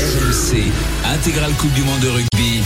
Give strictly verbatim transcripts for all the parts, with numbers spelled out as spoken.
R M C, intégrale Coupe du Monde de rugby.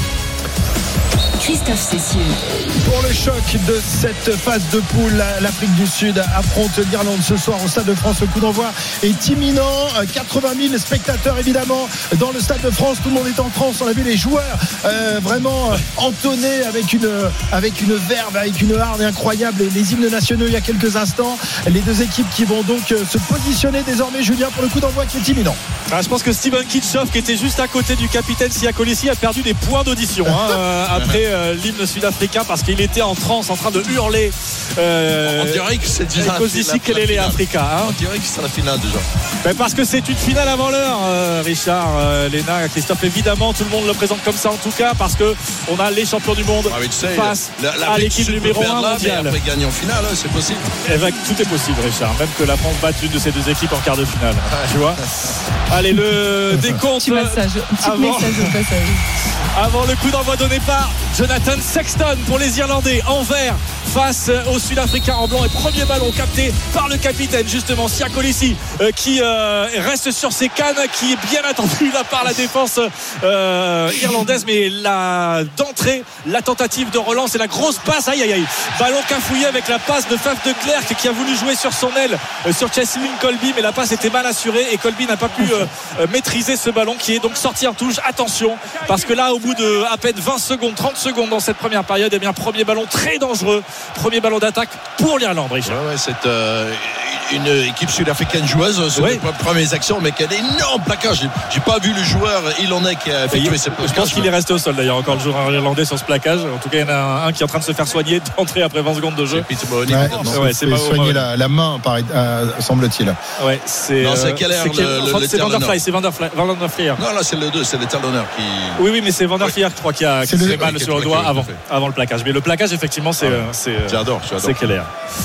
Christophe Cessieux. Pour le choc de cette phase de poule, l'Afrique du Sud affronte l'Irlande ce soir au Stade de France. Le coup d'envoi est imminent. quatre-vingt mille spectateurs évidemment dans le Stade de France. Tout le monde est en transe. On a vu les joueurs euh, vraiment entonner avec une, avec une verve, avec une hargne incroyable. Les, les hymnes nationaux il y a quelques instants. Les deux équipes qui vont donc se positionner désormais, Julien, pour le coup d'envoi qui est imminent. Ah, je pense que Steven Kitshoff, qui était juste à côté du capitaine Siya Kolisi, a perdu des points d'audition hein, euh, après euh, l'hymne sud-africain, parce qu'il était en transe en train de hurler euh, on dirait que c'est déjà Kolisi Kelele Africa hein. On dirait que c'est la finale déjà. Ben parce que c'est une finale avant l'heure, euh, Richard, euh, Léna, Christophe, évidemment tout le monde le présente comme ça en tout cas, parce que on a les champions du monde ah, tu sais, face la, la à l'équipe numéro un mondiale. Après gagner en finale, c'est possible. Et ben, tout est possible, Richard, même que la France batte l'une de ces deux équipes en quart de finale, ah, tu vois. Allez, le décompte. Petit massage, petit avant, message au passage. Avant le coup d'envoi donné par Jonathan Sexton pour les Irlandais en vert face aux Sud-Africains en blanc, et premier ballon capté par le capitaine justement Siya Kolisi euh, qui euh, reste sur ses cannes, qui est bien attendu là par la défense euh, irlandaise, mais la d'entrée, la tentative de relance et la grosse passe, aïe aïe aïe, ballon cafouillé avec la passe de Faf de Klerk qui a voulu jouer sur son aile euh, sur Cheslin Kolbe, mais la passe était mal assurée et Kolbe n'a pas pu euh, euh, maîtriser ce ballon qui est donc sorti en touche. Attention, parce que là au bout de à peine vingt secondes, trente secondes dans cette première période, et eh bien premier ballon très dangereux, premier ballon d'attaque pour l'Irlande, Richard. Ouais, ouais, c'est euh, une équipe sud-africaine joueuse sur ouais. les premières actions, mais quel énorme plaquage. J'ai, j'ai pas vu le joueur irlandais qui a effectué ces plaquages. Je pense qu'il est resté au sol d'ailleurs, encore le joueur irlandais sur ce plaquage. En tout cas, il y en a un qui est en train de se faire soigner d'entrée après vingt secondes de jeu. C'est Peter Mahoney. Ouais, c'est, ouais, c'est, c'est soigner la, la main, paraît, euh, semble-t-il. Ouais, c'est. Non, c'est quel c'est, quel, le, le, c'est Vanderfly, c'est Vanderfly. Non, là, c'est le deux, c'est le talonneur qui. Oui, oui, mais c'est Vanderfly, je crois, qui a qui s'est mal sur le doigt avant, avant le plaquage. Mais le plaquage, effectivement, c'est. Ah, c'est j'adore, j'adore. C'est Keller.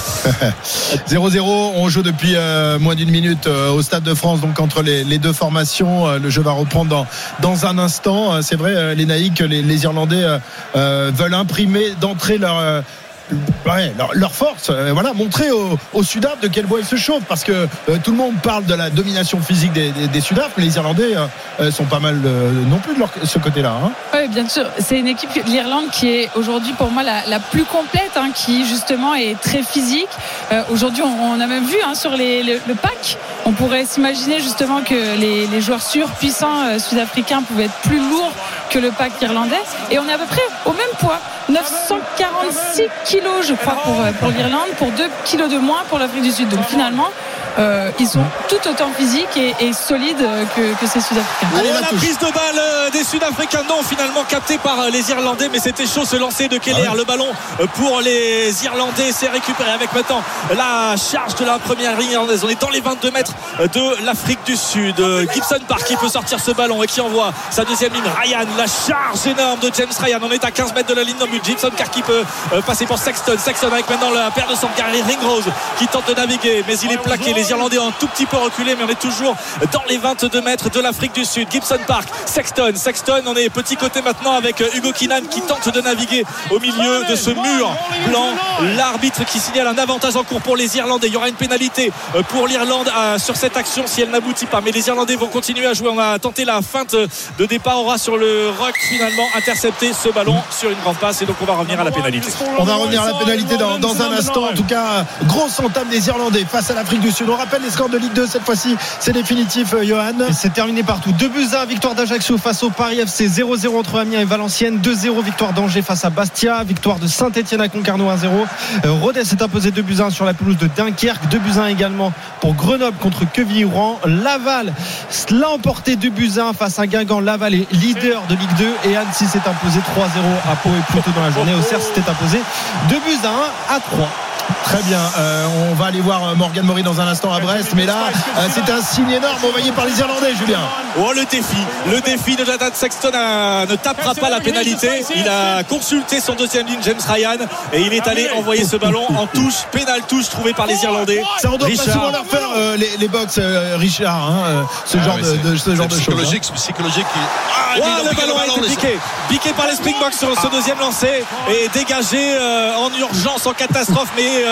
zéro zéro, on joue depuis euh, moins d'une minute euh, au Stade de France, donc entre les, les deux formations. Euh, le jeu va reprendre dans, dans un instant. Euh, c'est vrai, euh, les naïcs, que les, les Irlandais euh, euh, veulent imprimer d'entrée leur. Euh, Ouais, leur, leur force, euh, voilà, montrer au, au Sudaf de quel bois ils se chauffent, parce que euh, tout le monde parle de la domination physique des, des, des Sudaf, mais les Irlandais euh, sont pas mal euh, non plus de leur, ce côté-là. Hein. Oui, bien sûr. C'est une équipe de l'Irlande qui est aujourd'hui pour moi la, la plus complète, hein, qui justement est très physique. Euh, aujourd'hui, on, on a même vu hein, sur les, le, le pack, on pourrait s'imaginer justement que les, les joueurs surpuissants euh, sud-africains pouvaient être plus lourds que le pack irlandais, et on est à peu près au même poids, neuf cent quarante-six kilos je crois pour, pour l'Irlande, pour deux kilos de moins pour l'Afrique du Sud. Donc finalement euh, ils sont tout autant physiques et, et solides que, que ces Sud-Africains. Allez, la, la prise de balle des Sud-Africains, non, finalement capté par les Irlandais, mais c'était chaud ce lancer de Keller. Ah ouais. Le ballon pour les Irlandais, c'est récupéré avec maintenant la charge de la première ligne irlandaise. On est dans les vingt-deux mètres de l'Afrique du Sud. Gibson Park qui peut sortir ce ballon et qui envoie sa deuxième ligne. Ryan, la charge énorme de James Ryan. On est à quinze mètres de la ligne non but. Gibson Park qui peut passer pour Sexton. Sexton avec maintenant la paire de centre, Gary Ringrose qui tente de naviguer, mais il est plaqué. Les Irlandais ont un tout petit peu reculé, mais on est toujours dans les vingt-deux mètres de l'Afrique du Sud. Gibson Park, Sexton, Sexton, on est petit côté maintenant avec Hugo Keenan qui tente de naviguer au milieu de ce mur blanc. L'arbitre qui signale un avantage en cours pour les Irlandais. Il y aura une pénalité pour l'Irlande sur cette action si elle n'aboutit pas, mais les Irlandais vont continuer à jouer. On a tenté la feinte de départ, aura sur le rock finalement intercepté ce ballon sur une grande passe, et donc on va revenir à la pénalité. On va revenir à la pénalité dans, dans un instant. En tout cas, grosse entame des Irlandais face à l'Afrique du Sud. On rappelle les scores de Ligue deux cette fois-ci, c'est définitif, Johan. Et c'est terminé partout. deux buts à un, victoire d'Ajaccio face au Paris F C, zéro zéro entre Amiens et Valenciennes, deux zéro victoire d'Angers face à Bastia, victoire de Saint-Etienne à Concarneau un zéro. euh, Rodez s'est imposé deux buts à un sur la pelouse de Dunkerque, deux buts à un également pour Grenoble contre Quevilly-Rouen. Laval l'a emporté deux buts à un face à Guingamp. Laval est leader de Ligue deux, et Annecy s'est imposé trois zéro à Pau, et plus tôt dans la journée Auxerre s'était imposé deux buts à un à trois. Très bien, euh, on va aller voir Morgan Maury dans un instant à Brest, mais là euh, c'est un signe énorme envoyé par les Irlandais, Julien. Oh, le défi, le défi de Jonathan Sexton a, ne tapera pas la pénalité. Il a consulté son deuxième ligne, James Ryan, et il est allé envoyer ce ballon en touche, pénal touche trouvé par les Irlandais. Ça on doit Richard. pas souvent leur faire euh, les, les box, euh, Richard, hein, euh, ce ah, genre de, de ce genre de choses. Psychologique, hein. psychologique. Ah, oh, le ballon a été piqué, piqué par les Springboks sur ce deuxième lancé et dégagé euh, en urgence, en catastrophe, mais euh,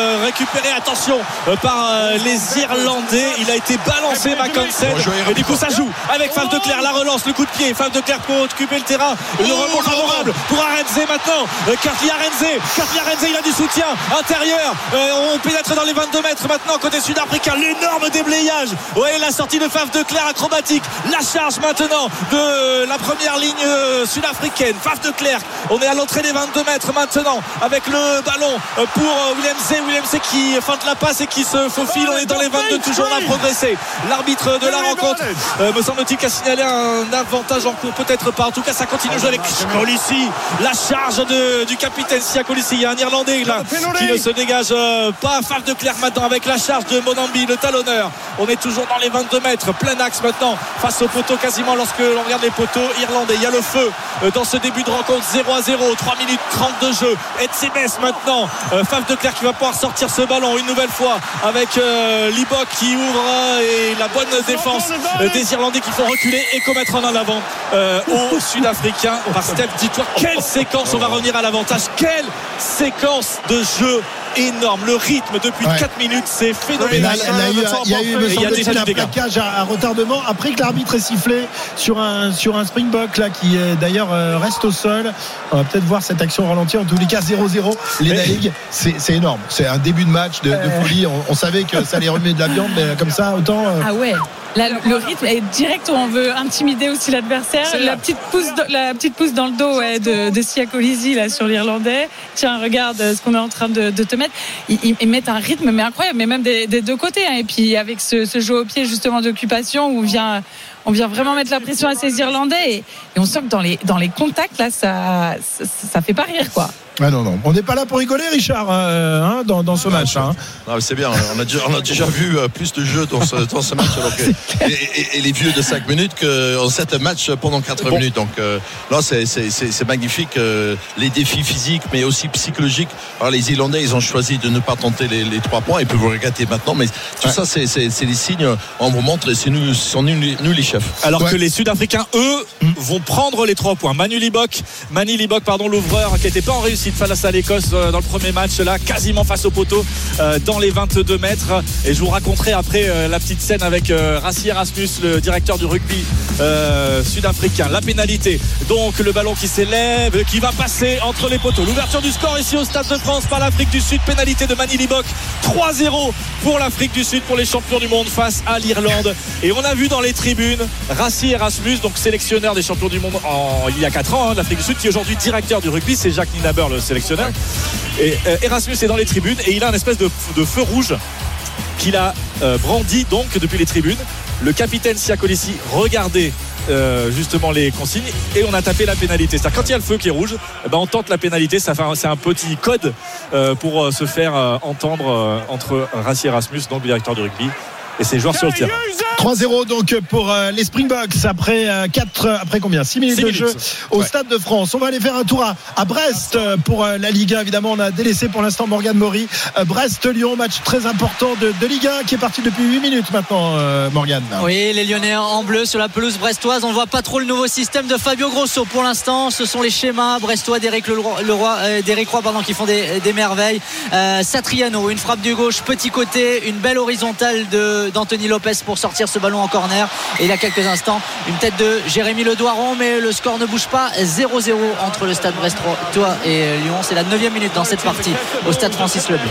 euh, récupéré, attention, euh, par euh, les Irlandais. Il a été balancé, Mackensen, et du coup ça joue avec Faf de Clerc, la relance, le coup de pied, Faf de Clerc pour occuper le terrain, le rebond favorable pour Arenze maintenant, euh, Curtly Arenze, Curtly Arenze, il a du soutien intérieur, euh, on pénètre dans les vingt-deux mètres maintenant côté sud-africain, l'énorme déblayage, ouais, la sortie de Faf de Clerc acrobatique, la charge maintenant de la première ligne euh, sud-africaine, Faf de Clerc, on est à l'entrée des vingt-deux mètres maintenant avec le ballon pour William C. William C qui feinte la passe et qui se faufile. On est dans les vingt-deux, toujours on a progressé. L'arbitre de la rencontre euh, me semble-t-il qu'a signalé un avantage en cours, peut-être pas. En tout cas, ça continue de jouer avec Colissi. La charge de, du capitaine Sia Colissi. Il y a un Irlandais là qui ne se dégage euh, pas. Faf de Clerc maintenant avec la charge de Monambi, le talonneur. On est toujours dans les vingt-deux mètres, plein axe maintenant face au poteau quasiment lorsque l'on regarde les poteaux irlandais. Il y a le feu euh, dans ce début de rencontre, zéro à zéro, trois minutes trente de jeu. Etzebeth maintenant, euh, Faf de Clerc qui va pouvoir sortir ce ballon une nouvelle fois avec euh, Libok qui ouvre euh, et la bonne défense euh, des Irlandais qui font reculer et commettre en avant euh, aux Sud-Africains par Steph Ditoir. Quelle séquence, on va revenir à l'avantage, quelle séquence de jeu énorme, le rythme depuis ouais. quatre minutes, c'est phénoménal. Il y a eu, me semble-t-il, un plaquage à, à retardement après que l'arbitre ait sifflé sur un, sur un Springbok là, qui d'ailleurs euh, reste au sol. On va peut-être voir cette action ralentie. En tous les cas, zéro zéro. Les Naïg, c'est, c'est énorme. C'est un début de match de, de folie. On, on savait que ça allait remettre de la viande, mais comme ça, autant. Euh... Ah ouais. Là, le rythme est direct où on veut intimider aussi l'adversaire. La petite pouce, la petite pouce dans le dos ouais, de, de Sia Colissi là sur l'Irlandais. Tiens, regarde ce qu'on est en train de, de te mettre. Ils, ils mettent un rythme mais incroyable, mais même des, des deux côtés. Hein. Et puis avec ce, ce jeu au pied justement d'occupation où on vient, on vient vraiment mettre la pression à ces Irlandais et, et on sent que dans les dans les contacts là, ça ça, ça fait pas rire quoi. Ah non, non, on n'est pas là pour rigoler, Richard, euh, hein, dans, dans ce match. Hein. Non, c'est bien, on a déjà, on a déjà vu plus de jeux dans ce, dans ce match alors que, et, et, et les vieux de cinq minutes qu'en sept matchs pendant quatre bon. minutes. Donc euh, là, c'est, c'est, c'est, c'est magnifique. Euh, les défis physiques, mais aussi psychologiques. Alors, les Irlandais, ils ont choisi de ne pas tenter les, les trois points. Ils peuvent regretter maintenant, mais tout ouais. ça, c'est, c'est, c'est des signes. On vous montre, c'est nous, c'est nous, nous les chefs. Alors ouais. que les Sud-Africains, eux, mmh. vont prendre les trois points. Manu Libok, Manu Libok, pardon, l'ouvreur, qui n'était pas en réussite face à l'Écosse dans le premier match là, quasiment face au poteau euh, dans les vingt-deux mètres. Et je vous raconterai après euh, la petite scène avec euh, Rassie Erasmus, le directeur du rugby euh, sud-africain. La pénalité, donc le ballon qui s'élève, qui va passer entre les poteaux. L'ouverture du score ici au Stade de France par l'Afrique du Sud. Pénalité de Manu Libok, trois zéro pour l'Afrique du Sud, pour les champions du monde face à l'Irlande. Et on a vu dans les tribunes Rassie Erasmus, donc sélectionneur des champions du monde en, il y a quatre ans, hein, l'Afrique du Sud, qui est aujourd'hui directeur du rugby. C'est Jacques Nienaber, le sélectionneur. Et euh, Erasmus est dans les tribunes et il a un espèce de, de feu rouge qu'il a euh, brandi donc depuis les tribunes. Le capitaine Sia Colissi regardait euh, justement les consignes et on a tapé la pénalité. C'est-à-dire quand il y a le feu qui est rouge, eh ben on tente la pénalité. Ça fait un, c'est un petit code euh, pour euh, se faire euh, entendre euh, entre Rassie Erasmus, donc le directeur du rugby, et ses joueurs sur le terrain. trois zéro donc pour euh, les Springboks après euh, quatre après combien six minutes, six minutes de jeu au ouais. Stade de France. On va aller faire un tour à, à Brest euh, pour euh, la Ligue un. Évidemment, on a délaissé pour l'instant Morgane Maury. Euh, Brest-Lyon, match très important de, de Ligue un qui est parti depuis huit minutes maintenant, euh, Morgane. Oui, les Lyonnais en bleu sur la pelouse brestoise. On ne voit pas trop le nouveau système de Fabio Grosso pour l'instant. Ce sont les schémas brestois d'Éric Leroy, Leroy, euh, d'Éric Roy pardon, qui font des, des merveilles. Euh, Satriano, une frappe du gauche, petit côté, une belle horizontale de, d'Anthony Lopez pour sortir ce ballon en corner. Et il y a quelques instants, une tête de Jérémy Ledoiron, mais le score ne bouge pas. Zéro zéro entre le Stade brestois et Lyon. C'est la neuvième minute dans cette partie au Stade Francis Leblanc.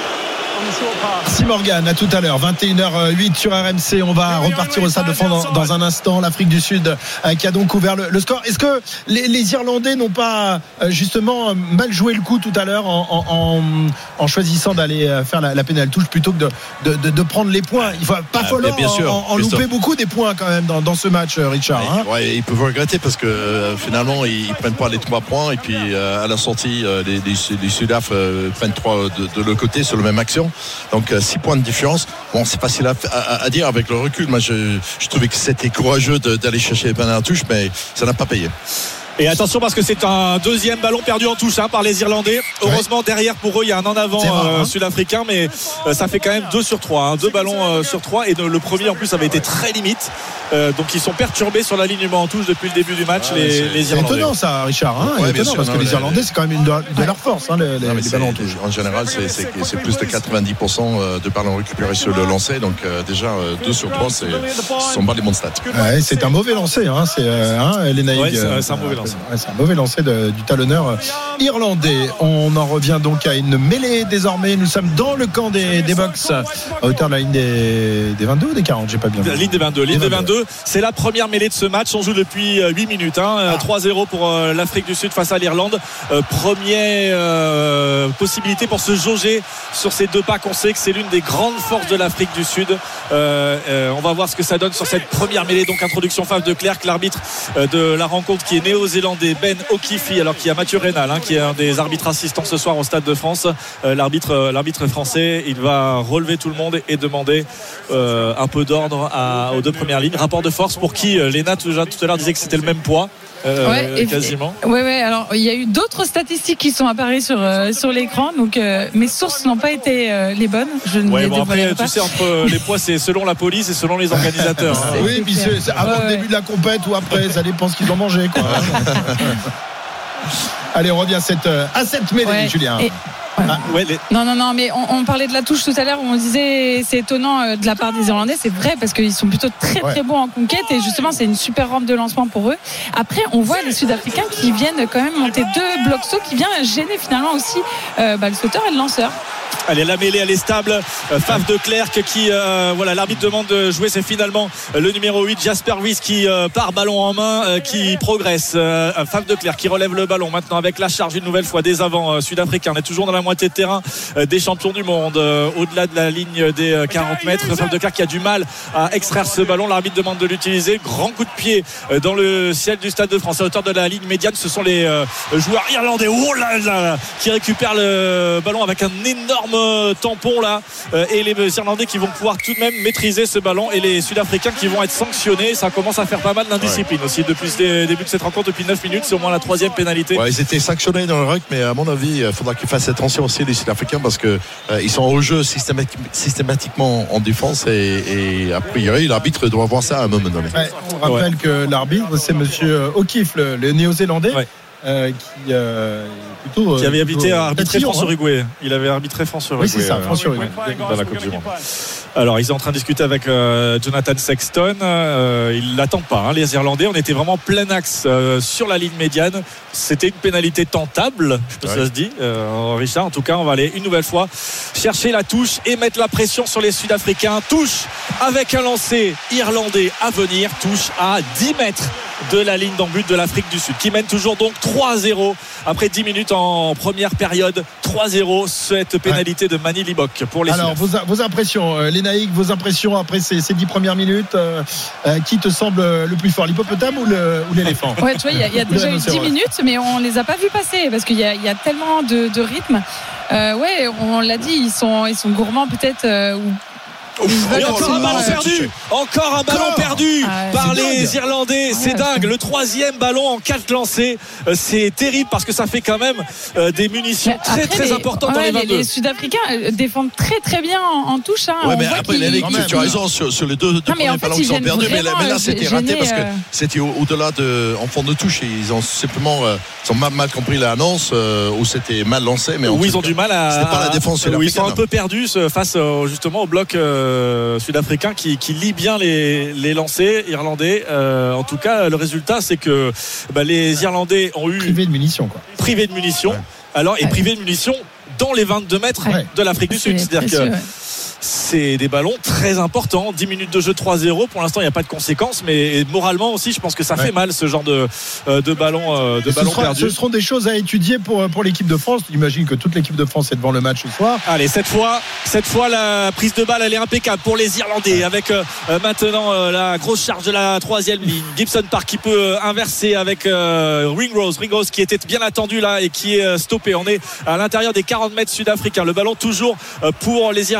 Merci Morgane, à tout à l'heure. vingt et une heures huit sur R M C. On va repartir au Stade de France dans, dans un instant. L'Afrique du Sud euh, qui a donc ouvert le, le score. Est-ce que les, les Irlandais n'ont pas euh, justement mal joué le coup tout à l'heure en, en, en choisissant d'aller faire la, la pénale touche plutôt que de, de, de, de prendre les points? Il ne faut pas ah, falloir bien sûr, en, en louper sûr. beaucoup des points quand même dans, dans ce match, Richard. Ouais, hein ouais, ils peuvent regretter parce que euh, finalement ils ne prennent pas les trois points et puis euh, à la sortie euh, les, les, les Sudaf euh, prennent trois de, de l'autre côté sur la même action. Donc six points de différence. Bon, c'est facile à, à, à dire avec le recul. Moi, je, je trouvais que c'était courageux de, d'aller chercher les pénales à touche, mais ça n'a pas payé. Et attention parce que c'est un deuxième ballon perdu en touche hein, par les Irlandais. Heureusement derrière pour eux il y a un en avant rare, euh, hein. sud-africain, mais euh, ça fait quand même deux sur trois, hein, deux ballons euh, sur trois, et de, le premier en plus avait été très limite. Euh, donc ils sont perturbés sur l'alignement en touche depuis le début du match. Ouais, les, c'est- les C'est Irlandais. étonnant ça, Richard. Hein, Ouais, bien étonnant, sûr, parce non, que les les- Irlandais, c'est quand même une de, de leur force, hein, les, Non, mais les c'est- ballons en touche. en général, c'est, c'est, c'est plus de quatre-vingt-dix pour cent de ballons récupérés sur le lancer. Donc, euh, déjà, euh, deux sur trois, c'est, ce sont pas des bons stats. Ouais, c'est un mauvais lancer, hein, c'est euh, hein, les Naïgs, Ouais, c'est- euh, c'est un mauvais lancer. ouais, c'est un mauvais lancer de- du talonneur euh, irlandais. On en revient donc à une mêlée désormais. Nous sommes dans le camp des, des Box, à hauteur de la ligne des, des vingt-deux ou des quarante, j'ai pas bien vu. Ligne des vingt-deux, ligne des vingt-deux, c'est la première mêlée de ce match. On joue depuis huit minutes, hein. Ah. trois zéro pour euh, l'Afrique du Sud face à l'Irlande. Euh, première euh, possibilité pour se jauger sur ces deux packs. On sait que c'est l'une des grandes forces de l'Afrique du Sud. Euh, euh, on va voir ce que ça donne sur cette première mêlée. Donc introduction Faf de Klerk, l'arbitre euh, de la rencontre qui est néo-zélandais Ben O'Keefe, alors qu'il y a Mathieu Reynal hein, qui est un des arbitres assistants ce soir au Stade de France. Euh, l'arbitre, euh, l'arbitre français, il va relever tout le monde et demander euh, un peu d'ordre à, aux deux premières lignes. Rapport de force pour qui euh, Léna tout, tout à l'heure disait que c'était le même poids. Euh, Ouais, et- quasiment. Ouais, ouais. Alors, il y a eu d'autres statistiques qui sont apparues sur euh, sur l'écran, donc euh, mes sources n'ont pas été euh, les bonnes. Je ne Ouais, les bon après, dévoilerai pas. tu sais, entre les poids, c'est selon la police et selon les organisateurs. hein. Oui, puis c'est, c'est avant Ouais, le ouais. début de la compète ou après, ça dépend ce qu'ils ont mangé, quoi. Allez, on revient à cette, euh, à cette mêlée, Ouais. Julien. Et- Ouais, les- Non, non, non, mais on, on parlait de la touche tout à l'heure où on disait c'est étonnant euh, de la part des Irlandais. C'est vrai parce qu'ils sont plutôt très Ouais. très bons en conquête et justement c'est une super rampe de lancement pour eux. Après, on voit les Sud-Africains qui viennent quand même monter deux blocs sauts qui viennent gêner finalement aussi euh, bah, le sauteur et le lanceur. Allez, la mêlée, elle est stable. Euh, Faf de Klerk qui, euh, voilà, l'arbitre demande de jouer. C'est finalement euh, le numéro huit, Jasper Wyss, qui euh, part ballon en main, euh, qui progresse. Euh, Faf de Klerk qui relève le ballon maintenant avec la charge une nouvelle fois des avants euh, sud-africains. On est toujours dans la moitié de terrain euh, des champions du monde, euh, au-delà de la ligne des euh, quarante mètres. Faf de Klerk qui a du mal à extraire ce ballon. L'arbitre demande de l'utiliser. Grand coup de pied euh, dans le ciel du Stade de France à hauteur de la ligne médiane. Ce sont les euh, joueurs irlandais, oh là là, qui récupèrent le ballon avec un énorme tampon là, euh, et les Irlandais qui vont pouvoir tout de même maîtriser ce ballon, et les Sud-Africains qui vont être sanctionnés. Ça commence à faire pas mal d'indiscipline ouais. aussi depuis le début de cette rencontre, depuis neuf minutes. C'est au moins la troisième pénalité. Ouais, ils étaient sanctionnés dans le rugby, mais à mon avis il faudra qu'ils fassent attention aussi les Sud-Africains, parce que euh, ils sont au jeu systématique, systématiquement en défense, et, et a priori l'arbitre doit voir ça à un moment donné. Ouais, on rappelle ouais. que l'arbitre c'est monsieur O'Keefe, le, le néo-zélandais. Ouais. Euh, qui, euh, plutôt, qui avait habité plutôt, arbitré France-Uruguay. Il avait arbitré France-Uruguay. Oui, c'est ça, France-Uruguay. Dans la Coupe du Monde. Alors, ils sont en train de discuter avec euh, Jonathan Sexton. Euh, ils l'attendent pas, hein, les Irlandais. On était vraiment plein axe euh, sur la ligne médiane. C'était une pénalité tentable, je sais pas si ça se dit, euh, Richard. En tout cas, on va aller une nouvelle fois chercher la touche et mettre la pression sur les Sud-Africains. Touche avec un lancer irlandais à venir. Touche à dix mètres de la ligne d'en but de l'Afrique du Sud, qui mène toujours donc trois zéro après dix minutes en première période. Trois zéro, cette pénalité ouais. de Mani Libok pour les Alors vos, vos impressions, euh, les Naïcs, vos impressions après ces, ces dix premières minutes, euh, euh, qui te semble le plus fort, l'hippopotame ou, le, ou l'éléphant? Ouais, tu vois, il y a, y a déjà eu dix minutes, mais on les a pas vus passer parce qu'il y, y a tellement de, de rythme. Euh, ouais, on l'a dit, ils sont, ils sont gourmands peut-être. Euh, ou Ouf, et encore un ballon perdu, encore un ballon encore perdu ah, par les dingue. Irlandais, c'est ah, dingue. Le troisième ballon en quatre lancés, c'est terrible parce que ça fait quand même des munitions mais très très les, importantes ouais, dans les vingt-deux. Les Sud-Africains défendent très très bien en, en touche. Hein. Ouais, mais après les tu, tu as raison sur, sur les deux, deux premiers en fait, ballons qui sont perdus, mais là, mais là c'était raté parce que c'était au, au-delà de en fond de touche. Et ils ont simplement euh, ils ont mal, mal compris l'annonce euh, ou c'était mal lancé, mais oui, ils ont du mal à. C'était pas la défense. Oui, ils sont un peu perdus face justement au bloc. Euh, sud-africain qui, qui lit bien les, les lancers irlandais. Euh, en tout cas, le résultat, c'est que bah, les Irlandais ont eu privé de munitions, quoi. Privé de munitions. Ouais. Alors, et ouais. privé de munitions dans les vingt-deux mètres ouais. de l'Afrique du Sud. C'est-à-dire que ouais. c'est des ballons très importants. dix minutes de jeu, trois zéro. Pour l'instant, il n'y a pas de conséquences, mais moralement aussi, je pense que ça ouais. fait mal ce genre de, de ballon, de ballon perdu. Ce seront des choses à étudier pour, pour l'équipe de France. J'imagine que toute l'équipe de France est devant le match ce soir. Allez, cette fois, cette fois, la prise de balle, elle est impeccable pour les Irlandais, avec euh, maintenant euh, la grosse charge de la troisième ligne. Gibson Park qui peut euh, inverser avec euh, Ringrose. Ringrose qui était bien attendu là et qui est euh, stoppé. On est à l'intérieur des quarante mètres sud-africains. Le ballon toujours euh, pour les Irlandais avec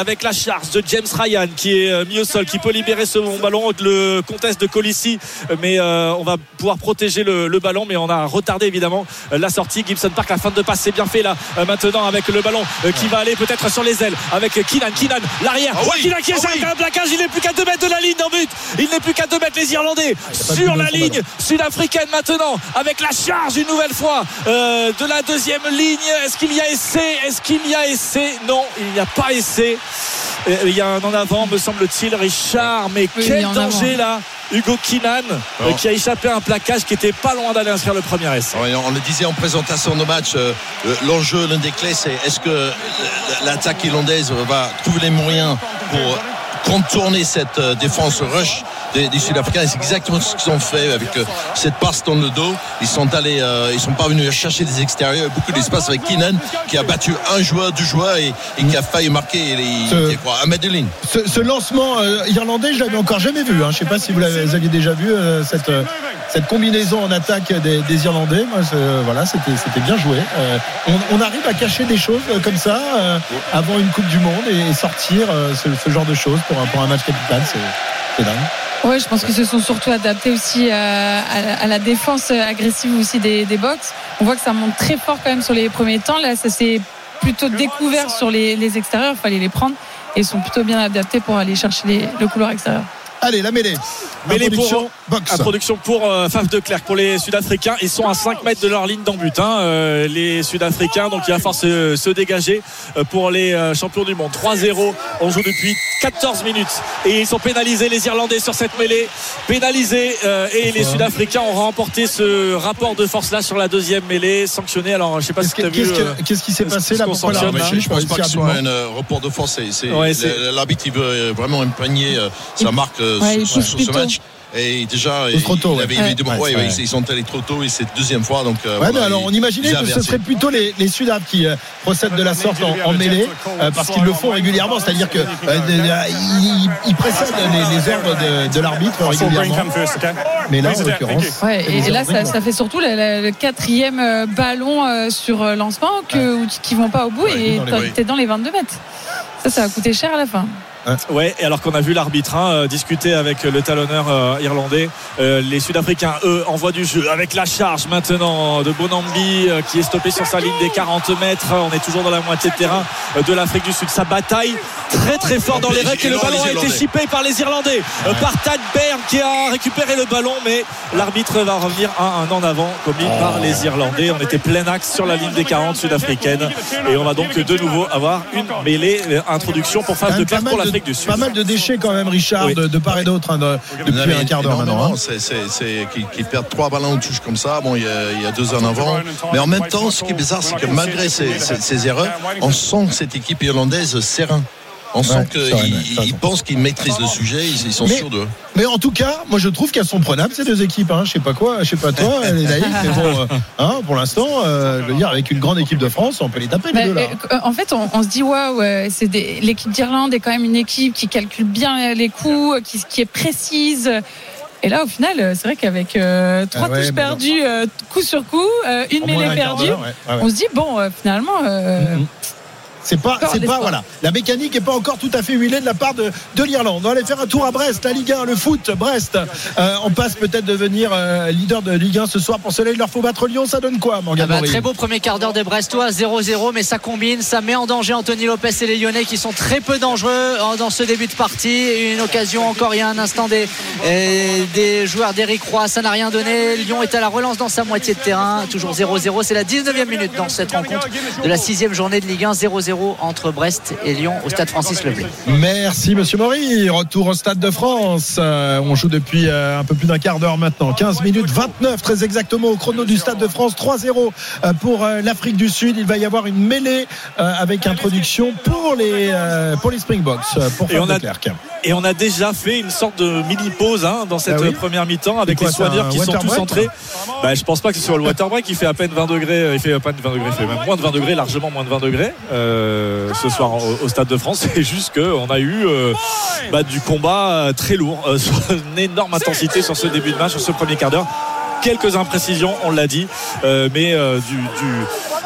avec la charge de James Ryan qui est mis au sol, qui peut libérer ce bon ballon. Le contest de Colissi, mais euh, on va pouvoir protéger le, le ballon, mais on a retardé évidemment la sortie. Gibson Park, la fin de passe, c'est bien fait là euh, maintenant avec le ballon euh, qui va aller peut-être sur les ailes avec Keenan, Keenan l'arrière, ah oui, Keenan qui ah est oui. un plaquage, il n'est plus qu'à deux mètres de la ligne en but, il n'est plus qu'à deux mètres les Irlandais sur la ligne sud-africaine maintenant avec la charge une nouvelle fois euh, de la deuxième ligne. Est-ce qu'il y a essai? Est-ce qu'il y a essai? Non, il n'y a pas essai. Il y a un en avant me semble-t-il, Richard, mais oui, quel danger avant. là, Hugo Keenan euh, qui a échappé à un plaquage qui était pas loin d'aller inscrire le premier essai. Ouais, on le disait en présentation de match, euh, l'enjeu, l'un des clés, c'est est-ce que l'attaque irlandaise va trouver les moyens pour contourner cette défense rush des, des Sud-Africains. Et c'est exactement ce qu'ils ont fait avec euh, cette passe dans le dos. Ils sont allés, euh, ils sont pas venus chercher des extérieurs, beaucoup d'espace avec Keenan qui a battu un joueur, deux joueurs et, et qui a failli marquer les, ce, quoi, un mètre de ligne. Ce, ce lancement euh, irlandais, je l'avais encore jamais vu. Hein. Je sais pas si vous, l'avez, vous aviez déjà vu euh, cette euh, cette combinaison en attaque des, des Irlandais. Moi, euh, voilà, c'était c'était bien joué. Euh, on, on arrive à cacher des choses euh, comme ça euh, avant une Coupe du Monde et, et sortir euh, ce, ce genre de choses pour un, pour un match capital, c'est, c'est dingue. Ouais, je pense qu'ils se sont surtout adaptés aussi à, à, à la défense agressive aussi des, des box. On voit que ça monte très fort quand même sur les premiers temps. Là, ça s'est plutôt découvert sur les, les extérieurs. Il fallait les prendre et ils sont plutôt bien adaptés pour aller chercher les, le couloir extérieur. Allez, la mêlée. Mêlée pour, box. Introduction pour euh, Faf de Klerk, pour les Sud-Africains. Ils sont à cinq mètres de leur ligne d'en but, hein, euh, les Sud-Africains. Donc il va falloir se, se dégager euh, pour les euh, champions du monde. trois zéro. On joue depuis quatorze minutes et ils sont pénalisés, les Irlandais, sur cette mêlée. Pénalisés euh, et les Sud-Africains ont remporté ce rapport de force là sur la deuxième mêlée, sanctionné. Alors je sais pas Qu'est-ce, si tu as qu'est-ce, vu. que, Euh, qu'est-ce qui s'est passé là? Pourquoi Non, mais je, je pense ici, pas que ce soit rapidement. un euh, report de force. C'est, c'est, Ouais, c'est... l'arbitre il veut vraiment imprégner euh, sa marque euh, ouais, sur, sur ce match. Et déjà, il, trop tôt, il avait ouais. évidemment, Ouais, ouais, ouais. ouais, ils sont allés trop tôt et c'est deuxième fois. Donc, euh, Ouais, voilà, mais alors on ils- imaginait ils que ce avertissent. serait plutôt les, les Sudaf qui euh, procèdent de la sorte en, en mêlée euh, parce qu'ils le font régulièrement, c'est-à-dire que euh, de- de- ils, ils précèdent les, les ordres de, de l'arbitre régulièrement. Mais là, en l'occurrence, Ouais, c'est et, les et là, Irlandais ça, qui ça fait surtout le, le- le quatrième euh, ballon euh, sur euh, lancement que, qui vont pas au bout Ouais, et dans les- t'es, oui. t'es dans les vingt-deux mètres. Ça, ça va coûter cher à la fin. Ouais, et alors qu'on a vu l'arbitre hein, euh, discuter avec le talonneur euh, irlandais, euh, les Sud-Africains eux envoient du jeu avec la charge maintenant de Bonambi euh, qui est stoppé sur sa ligne des quarante mètres. On est toujours dans la moitié de terrain euh, de l'Afrique du Sud. Ça bataille très très fort dans les règles et le ballon a été chippé par les Irlandais, euh, par Tad Bern qui a récupéré le ballon, mais l'arbitre va revenir un, un en avant commis par les Irlandais. On était plein axe sur la ligne des quarante sud-africaine et on va donc de nouveau avoir une mêlée. Introduction pour Faf de Klerk pour l'Afrique du Sud. Pas mal de déchets quand même, Richard, Oui. de, de part et d'autre hein, de, depuis Non, mais un quart d'heure énormément. maintenant. Hein. C'est, c'est, c'est, qu'ils, qu'ils perdent trois ballons en touche comme ça. Bon, il y, a, il y a deux en avant. Mais en même temps, ce qui est bizarre, c'est que malgré ces, ces, ces erreurs, on sent cette équipe irlandaise serein. On sent Ouais, qu'ils c'est vrai, ouais, ça, ils ça. pensent qu'ils maîtrisent le sujet, ils, ils sont Mais- sûrs d'eux. Mais en tout cas, moi je trouve qu'elles sont prenables ces deux équipes. Hein. Je sais pas quoi, je sais pas toi, les naïfs. Mais bon, euh, hein, pour l'instant, euh, je veux dire, avec une grande équipe de France, on peut les taper les Mais, deux là. euh, en fait, on, on se dit waouh, euh, c'est des- l'équipe d'Irlande est quand même une équipe qui calcule bien les coups, qui, qui est précise. Et là, au final, euh, c'est vrai qu'avec euh, trois Ah ouais, touches mais perdues, euh, coup sur coup, euh, une En moins mêlée d'un quart perdue, d'heure, ouais, ouais, ouais. on se dit bon, euh, finalement. euh, Mhm. C'est pas, Encore c'est l'espoir. pas, voilà. La mécanique est pas encore tout à fait huilée de la part de, de l'Irlande. On va aller faire un tour à Brest, la Ligue un, le foot, Brest. Euh, on passe peut-être devenir euh, leader de Ligue un ce soir. Pour cela, il leur faut battre Lyon. Ça donne quoi, Ah Morgane bah, Maury très beau premier quart d'heure des Brestois, zéro zéro, mais ça combine, ça met en danger Anthony Lopez et les Lyonnais qui sont très peu dangereux dans ce début de partie. Une occasion encore il y a un instant des, euh, des joueurs d'Éric Roy, ça n'a rien donné. Lyon est à la relance dans sa moitié de terrain, toujours zéro zéro. C'est la dix-neuvième minute dans cette rencontre de la sixième journée de Ligue un, zéro zéro entre Brest et Lyon au stade Francis Leblay. Merci Monsieur Maury. Retour au Stade de France. Euh, on joue depuis euh, un peu plus d'un quart d'heure maintenant. quinze minutes vingt-neuf très exactement au chrono du Stade de France. trois zéro euh, pour euh, l'Afrique du Sud. Il va y avoir une mêlée euh, avec introduction pour les euh, pour les Springboks euh, pour Et Faf on de a- Klerk. Et on a déjà fait une sorte de mini pause hein, dans cette Ah oui première mi-temps avec C'est quoi, les soigneurs c'est un qui sont water tous break, entrés. Bah, je pense pas que ce soit le water break. Il fait à peine vingt degrés. Il fait à peine vingt degrés. Il fait même moins de vingt degrés, largement moins de vingt degrés euh, ce soir au, au Stade de France. C'est juste qu'on a eu euh, bah, du combat euh, très lourd, euh, sur une énorme intensité sur ce début de match, sur ce premier quart d'heure. Quelques imprécisions, on l'a dit, euh, mais euh, du, du,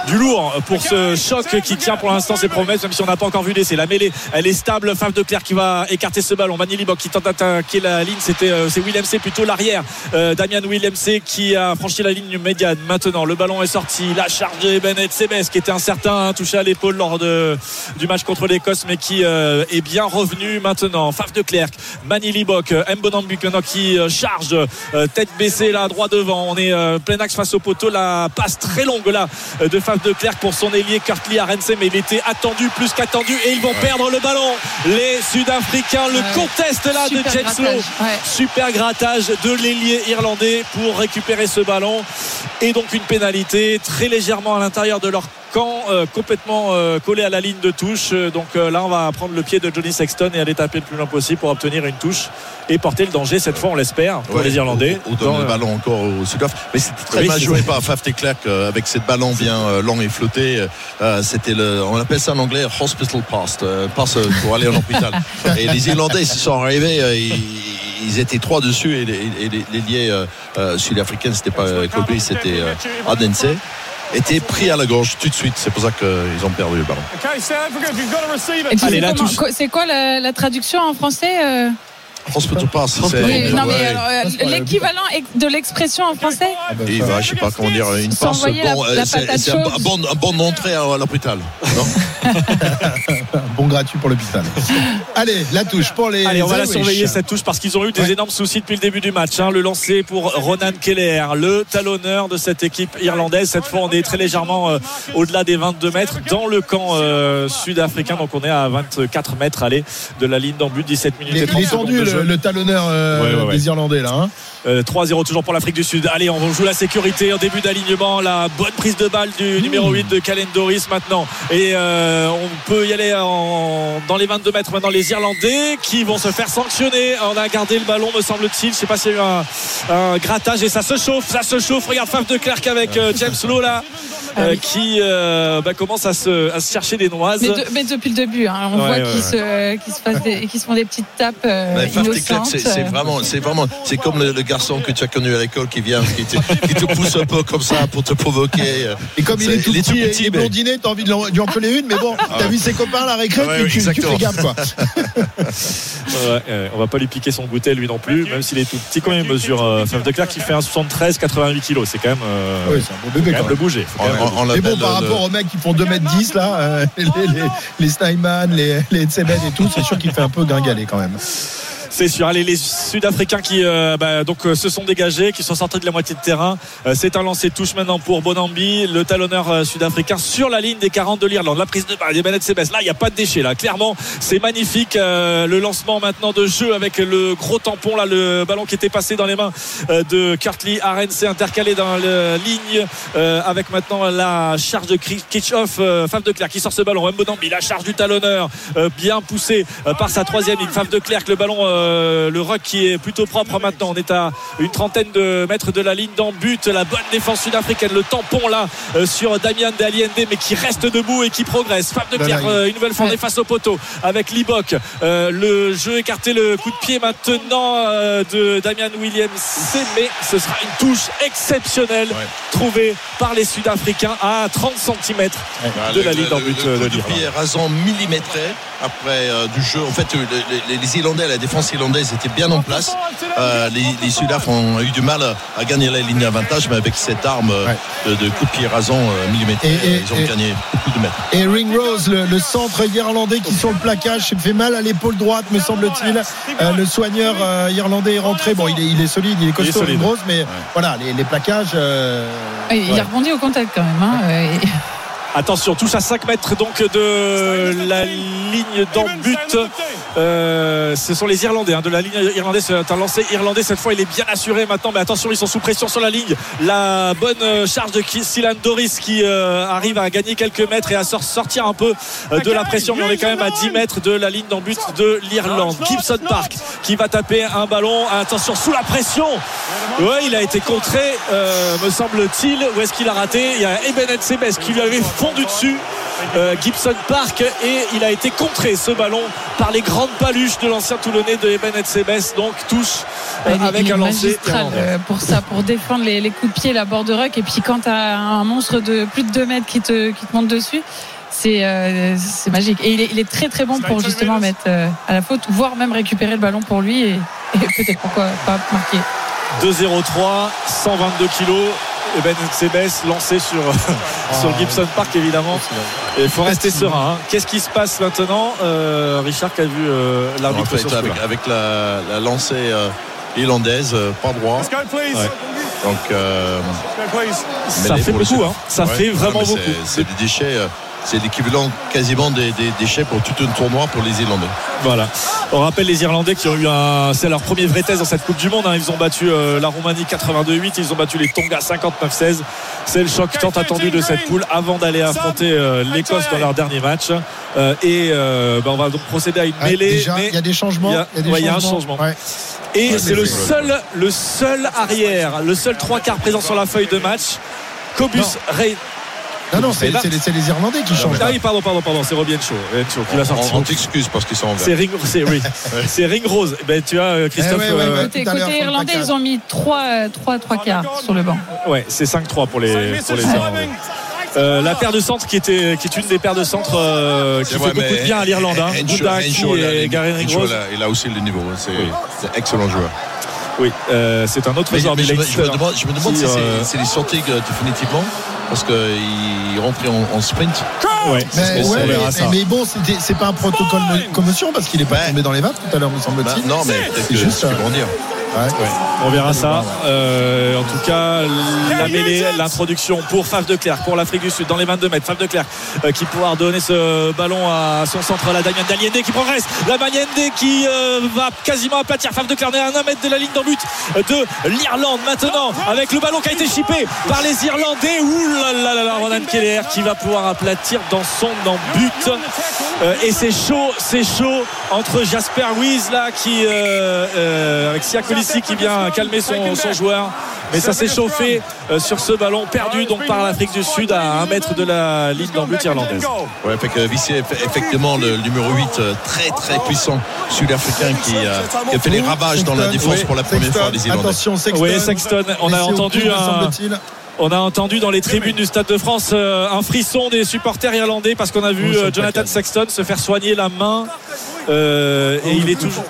du lourd pour ce choc qui tient pour l'instant ses promesses, même si on n'a pas encore vu l'essai. La mêlée, elle est stable. Faf de Clerc qui va écarter ce ballon. Manili Bok qui tente d'attaquer la ligne. C'était euh, c'est Williams plutôt l'arrière. Euh, Damien Williams qui a franchi la ligne médiane. Maintenant, le ballon est sorti. La charge de Bennett Sebes qui était incertain, hein, touché à l'épaule lors de, du match contre l'Écosse, mais qui euh, est bien revenu maintenant. Faf de Clerc, Manili Bok, Mbonambuc maintenant qui euh, charge, euh, tête baissée là, droit devant. On est euh, plein axe face au poteau. La passe très longue là de Faf de Clerc pour son ailier Kurtley Arendse, mais il était attendu, plus qu'attendu, et ils vont ouais. perdre le ballon. Les Sud-Africains le ouais. contestent là de James Lowe. Ouais. Super grattage de l'ailier irlandais pour récupérer ce ballon, et donc une pénalité très légèrement à l'intérieur de leur camp, euh, complètement euh, collé à la ligne de touche. Donc euh, là on va prendre le pied de Johnny Sexton et aller taper le plus loin possible pour obtenir une touche et porter le danger cette fois, on l'espère, pour ouais, les Irlandais. On donne le ballon encore au Sud-Afrique, mais c'était très oui, mal joué par Faf de Clerc euh, avec cette ballon bien euh, long et flotté. Euh, c'était le, on appelle ça en anglais hospital pass, euh, passe pour aller en hôpital. Et les Irlandais se sont arrivés, euh, ils, ils étaient trois dessus, et les, et les, les liés euh, euh, sud-africains, c'était pas euh, Kobe, c'était euh, Arendse, était pris à la gorge tout de suite. C'est pour ça qu'ils ont perdu le ballon. Et tu Allez, sais comment, c'est quoi la, la traduction en français euh Hospital pass, c'est oui, non, mais alors, l'équivalent de l'expression en français. Ah ben, il va, je sais pas comment dire, une passe. Bon, la, la c'est, c'est un, bon, un bon entrée à l'hôpital. Bon gratuit pour l'hôpital. Allez, la touche pour les. Allez, on va la surveiller cette touche parce qu'ils ont eu des ouais. énormes soucis depuis le début du match. Hein. Le lancer pour Ronan Keller, le talonneur de cette équipe irlandaise. Cette fois, on est très légèrement euh, au-delà des vingt-deux mètres dans le camp euh, sud-africain. Donc, on est à vingt-quatre mètres, allez, de la ligne d'en but. dix-sept minutes et trente secondes. Le, le talonneur euh, ouais, ouais, ouais. des Irlandais là hein. euh, trois zéro toujours pour l'Afrique du Sud. Allez, on joue la sécurité en début d'alignement. La bonne prise de balle du mmh. numéro huit de Calen Doris maintenant, et euh, on peut y aller en, dans les vingt-deux mètres maintenant. Les Irlandais qui vont se faire sanctionner. On a gardé le ballon me semble-t-il. Je sais pas s'il y a eu un, un grattage, et ça se chauffe, ça se chauffe. Regarde Faf de Clerc avec euh, James Lowe là euh, ah oui. qui euh, bah, commence à se, à se chercher des noises, mais, de, mais depuis le début hein, on ouais, voit ouais, qu'ils, ouais. Se, qu'ils, se fassent des, qu'ils se font des petites tapes euh, innocentes. C'est, c'est vraiment, c'est vraiment, c'est comme le, le garçon que tu as connu à l'école qui vient, qui te, qui te pousse un peu comme ça pour te provoquer. Et comme il est tout petit, il est blondiné, t'as envie de lui en coller une, mais bon, ah t'as ouais. vu ses copains à la récré, ouais, tu, tu fais gaffe quoi. Ouais, euh, on va pas lui piquer son goûter lui non plus, même s'il est tout petit. Quand il mesure euh, Faf de Clerc qui fait un soixante-treize quatre-vingt-huit kilos, c'est quand même, euh, oui, c'est un beau bébé quand même. Le bouger. On, on mais bon, par le... rapport aux mecs qui font deux mètres dix là, euh, les, les, les Snyman, les, les Tseben et tout, c'est sûr qu'il fait un peu gringaler quand même. C'est sûr. Allez, les Sud-Africains qui euh, bah, donc euh, se sont dégagés, qui sont sortis de la moitié de terrain. Euh, c'est un lancer touche maintenant pour Bonambi, le talonneur euh, sud-africain sur la ligne des quarante de l'Irlande. La prise de balle des Bennett Sebes. Là, il n'y a pas de déchet. Là, clairement, c'est magnifique. Euh, le lancement maintenant de jeu avec le gros tampon là, le ballon qui était passé dans les mains euh, de Kurtley Arendse, intercalé dans la ligne euh, avec maintenant la charge de Kitchoff, euh, Faf de Clerc qui sort ce ballon. Mbonambi, la charge du talonneur, euh, bien poussé euh, par sa troisième ligne. Faf de Clerc, le ballon. Euh, le ruck qui est plutôt propre maintenant. On est à une trentaine de mètres de la ligne d'en but. La bonne défense sud-africaine, le tampon là euh, sur Damien de Aliende, mais qui reste debout et qui progresse. Faf de Clerc euh, une nouvelle fois on est face au poteau avec Libok, euh, le jeu écarté, le coup de pied maintenant euh, de Damien Williams, mais ce sera une touche exceptionnelle ouais. trouvée par les Sud-Africains à trente centimètres ouais. de le, la ligne d'en but le, le, de l'Irlande. Le coup de pied rasant millimétré après euh, du jeu. En fait, les, les, les Irlandais, la défense irlandaise était bien en place. Euh, les, les Sud-Af ont eu du mal à gagner la ligne d'avantage, mais avec cette arme ouais. de, de coup de pied rasant euh, millimétré, et, et, ils ont et, gagné beaucoup de mètres. Et Ringrose, le, le centre irlandais qui sur le plaquage, s'est fait mal à l'épaule droite, me semble-t-il. Euh, le soigneur euh, irlandais est rentré. Bon, il est, il est solide, il est costaud, Ringrose, mais ouais. voilà, les, les plaquages. Euh, il ouais. a rebondi au contact quand même. Hein, ouais. Attention, touche à cinq mètres donc de la ligne d'en but. Euh, ce sont les Irlandais hein, de la ligne irlandaise. C'est un lancer irlandais cette fois, il est bien assuré maintenant, mais attention, ils sont sous pression sur la ligne. La bonne charge de Calen Doris qui euh, arrive à gagner quelques mètres et à sortir un peu de la pression, mais on est quand même à dix mètres de la ligne d'en but de l'Irlande. Gibson Park qui va taper un ballon, attention, sous la pression Ouais, il a été contré, euh, me semble-t-il. Où est-ce qu'il a raté? Il y a Eben Etzebest qui lui avait fondu dessus, euh, Gibson Park, et il a été contré ce ballon par les grandes paluches de l'ancien Toulonnais de Eben Etzebest. Donc touche euh, il est, avec il est un lancer magistral euh, pour ça, pour défendre les, les coups de pied, la bord de ruck. Et puis quand tu as un monstre de plus de deux mètres qui te, qui te monte dessus, c'est, euh, c'est magique. Et il est, il est très très bon pour justement mettre euh, à la faute, voire même récupérer le ballon pour lui et, et peut-être pourquoi pas marquer. deux zéro trois, cent vingt-deux kilos. Eben Etzebest lancé sur, sur Gibson Park, évidemment. Il faut rester serein. Hein. Qu'est-ce qui se passe maintenant, euh, Richard, qui a vu euh, l'arbitre en fait, sur avec, avec la, la lancée euh, irlandaise, euh, pas droit. Ouais. Donc, euh, ça fait beaucoup. Hein. Ça ouais, fait vraiment ouais, beaucoup. C'est, c'est des déchets. Euh, c'est l'équivalent quasiment des, des déchets pour tout un tournoi pour les Irlandais. Voilà. On rappelle les Irlandais qui ont eu un, c'est leur premier vrai test dans cette Coupe du Monde. Hein. Ils ont battu euh, la Roumanie quatre-vingt-deux huit. Ils ont battu les Tonga cinquante-neuf seize. C'est le choc tant attendu de cette poule avant d'aller affronter euh, l'Écosse dans leur dernier match. Euh, et euh, bah, on va donc procéder à une ouais, mêlée. Déjà, il y a des changements. Il y a, il y a, des ouais, il y a un changements. changement. Ouais. Et ouais, c'est le c'est seul, le seul arrière, le seul trois quarts présent sur la feuille de match. Cobus Ray. Non, non, c'est, c'est, les, c'est les Irlandais qui changent. Ah oui, pardon, pardon, pardon, c'est Robien Shaw, qui va sortir. On, on t'excuse parce qu'ils sont en vert. C'est Ring, c'est, oui. c'est Ring Rose. Ben, tu vois, Christophe. Eh ouais, ouais, ouais. Côté, côté irlandais, ils ont mis trois quarts sur le banc. Ouais, c'est cinq trois pour les, pour les Irlandais. Euh, la paire de centre qui était qui est une des paires de centre euh, qui fait beaucoup de bien à l'Irlande, hein. Boudaki et Gary Ringrose. Il a aussi le niveau, c'est, oui. c'est un excellent joueur. Oui, euh, c'est un autre mais, joueur. Mais je, me, je me demande, je me demande qui, si euh... c'est, c'est les sorties définitivement parce qu'il rentrait en, en sprint. Ouais, mais, ouais, mais, mais, mais bon, c'était, c'est pas un protocole de commotion parce qu'il n'est pas ouais. tombé dans les vapes tout à l'heure, me semble-t-il. Bah, non, mais peut-être c'est que juste ce qu'ils vont dire. Ouais. Ouais. On verra ça. Euh, en tout cas, la mêlée, l'introduction pour Faf de Clercq, pour l'Afrique du Sud, dans les vingt-deux mètres. Faf de Clercq euh, qui pourra donner ce ballon à son centre, la Damien Daliende qui progresse. La Daliende qui euh, va quasiment aplatir Faf de Clercq. On est à un mètre de la ligne d'en but de l'Irlande maintenant, avec le ballon qui a été chippé par les Irlandais. Ouh là là là là, Ronan Keller qui va pouvoir aplatir dans son en but. Euh, et c'est chaud, c'est chaud entre Jasper Wiese là qui euh, euh, avec Siakoli qui vient calmer son, son joueur, mais ça s'est chauffé euh, sur ce ballon perdu donc par l'Afrique du Sud à un mètre de la ligne d'en but irlandaise. Ouais, fait que Vissier, effectivement le numéro huit très très puissant sud-africain qui, euh, qui a fait les ravages dans la défense oui, pour la première Sexton, fois des Irlandais. Attention Sexton. Oui, Sexton, on a entendu un... On a entendu dans les tribunes du Stade de France euh, un frisson des supporters irlandais parce qu'on a vu euh, Jonathan Sexton se faire soigner la main euh, et il est toujours...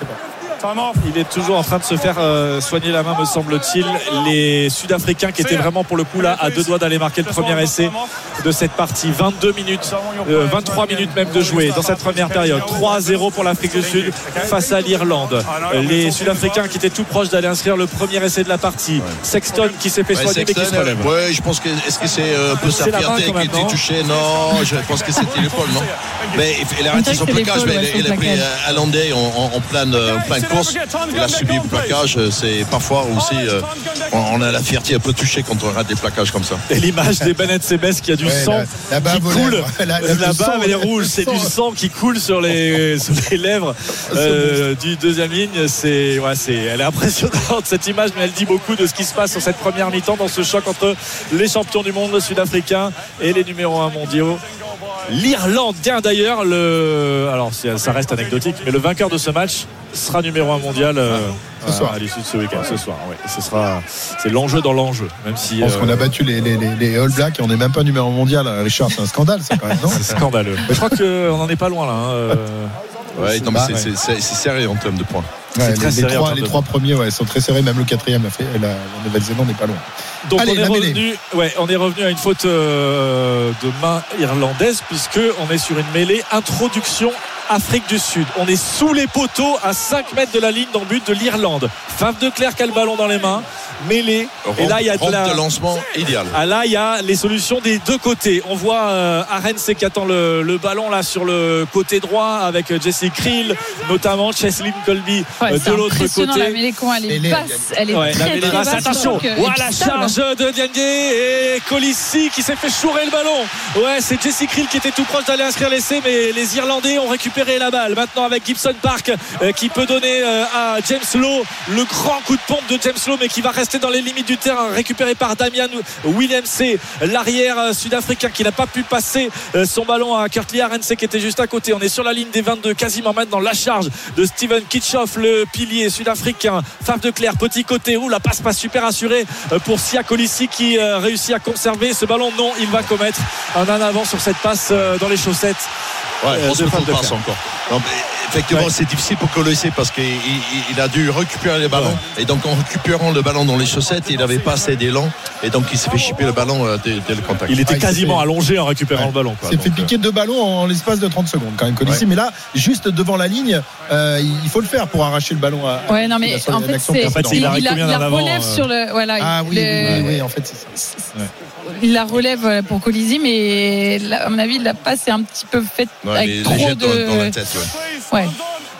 Il est toujours en train de se faire euh, soigner la main, me semble-t-il. Les Sud-Africains qui étaient vraiment pour le coup là à deux doigts d'aller marquer le premier essai de cette partie. vingt-deux minutes, euh, vingt-trois minutes même de jouer dans cette première période. trois zéro pour l'Afrique du Sud face à l'Irlande. Les Sud-Africains qui étaient tout proches d'aller inscrire le premier essai de la partie. Sexton qui s'est fait ouais, soigner Sexton, mais qui se relève. Ouais, je pense que est-ce que c'est un peu sa fierté qui a été touchée? Non, je pense que c'était l'épaule, non. Mais il a raté son plaquage, mais il a pris un Landais en plein course. Il a subi le plaquage. C'est parfois aussi euh, on a la fierté un peu touchée quand on rate des plaquages comme ça. Et l'image d'Eben Etzebest qui a du ouais, sang la, la qui coule la, la, la, la bave elle est rouge, c'est du sang qui coule sur les, sur les lèvres euh, du deuxième ligne. C'est, ouais, c'est, elle est impressionnante cette image, mais elle dit beaucoup de ce qui se passe sur cette première mi-temps dans ce choc entre les champions du monde sud-africains et les numéros un mondiaux. L'Irlande, tiens d'ailleurs, le... alors ça reste anecdotique, mais le vainqueur de ce match sera numéro un mondial euh, ce soir. à l'issue de ce week-end. Ce soir, oui. Ce sera, c'est l'enjeu dans l'enjeu. Même si, je pense euh... qu'on a battu les, les, les All Blacks et on n'est même pas numéro un mondial. Richard, c'est un scandale, ça quand même, non? C'est scandaleux. Mais je crois qu'on n'en est pas loin là. Hein. Euh... Ouais, non, mais c'est, c'est, c'est, c'est serré en termes de points. Ouais, les, les, trois, les trois premiers ouais, sont très serrés, même le quatrième, la, fait, la, la Nouvelle-Zélande n'est pas loin. Donc Allez, on, est revenu, ouais, on est revenu à une faute euh, de main irlandaise puisque on est sur une mêlée introduction Afrique du Sud. On est sous les poteaux à cinq mètres de la ligne d'en but de l'Irlande. Faf de Clercq a le ballon dans les mains, mêlée. Et là il y a de, la... de lancement idéal. Ah, là il y a les solutions des deux côtés. On voit euh, Arens qui attend le, le ballon là sur le côté droit avec Jesse Krill, notamment Cheslin Colby ouais, euh, de l'autre côté. La mêlée comment elle est les, basse, elle est ouais, très, la très basse. basse. Attention, voilà la charge de Diagne et Colissi qui s'est fait chourer le ballon. Ouais, c'est Jesse Krill qui était tout proche d'aller inscrire l'essai, mais les Irlandais ont récupéré récupérer la balle maintenant avec Gibson Park euh, qui peut donner euh, à James Lowe le grand coup de pompe de James Lowe, mais qui va rester dans les limites du terrain, récupéré par Damian Williams, l'arrière euh, sud-africain qui n'a pas pu passer euh, son ballon à Kurtley Arendse qui était juste à côté. On est sur la ligne des vingt-deux, quasiment maintenant la charge de Steven Kitchoff, le pilier sud-africain. Faf de Clerc, petit côté, où la passe pas super assurée euh, pour Sia Kolisi qui euh, réussit à conserver ce ballon. Non, il va commettre un en avant sur cette passe euh, dans les chaussettes. Ouais, euh, grosse passe encore. Non, mais effectivement, ouais. C'est difficile pour Kolisi parce qu'il il, il a dû récupérer les ballons. Ouais. Et donc, en récupérant le ballon dans les chaussettes, il n'avait pas assez d'élan. Et donc, il s'est fait chipper le ballon euh, dès, dès le contact. Il était ah, quasiment fait... allongé en récupérant ouais. le ballon. Il s'est fait piquer deux ballons en l'espace de trente secondes, quand même, Kolisi. Ouais. Mais là, juste devant la ligne, euh, il faut le faire pour arracher le ballon à. Ouais, non, mais en fait, c'est. En fait, il, il, il la relève euh... sur le. Voilà, ah oui, le... oui, oui, en fait, c'est ça. Ouais. Il la relève pour Kolisi, mais à mon avis, la passe est un petit peu faite ouais, avec les, trop les de. Dans, dans la tête, ouais. ouais.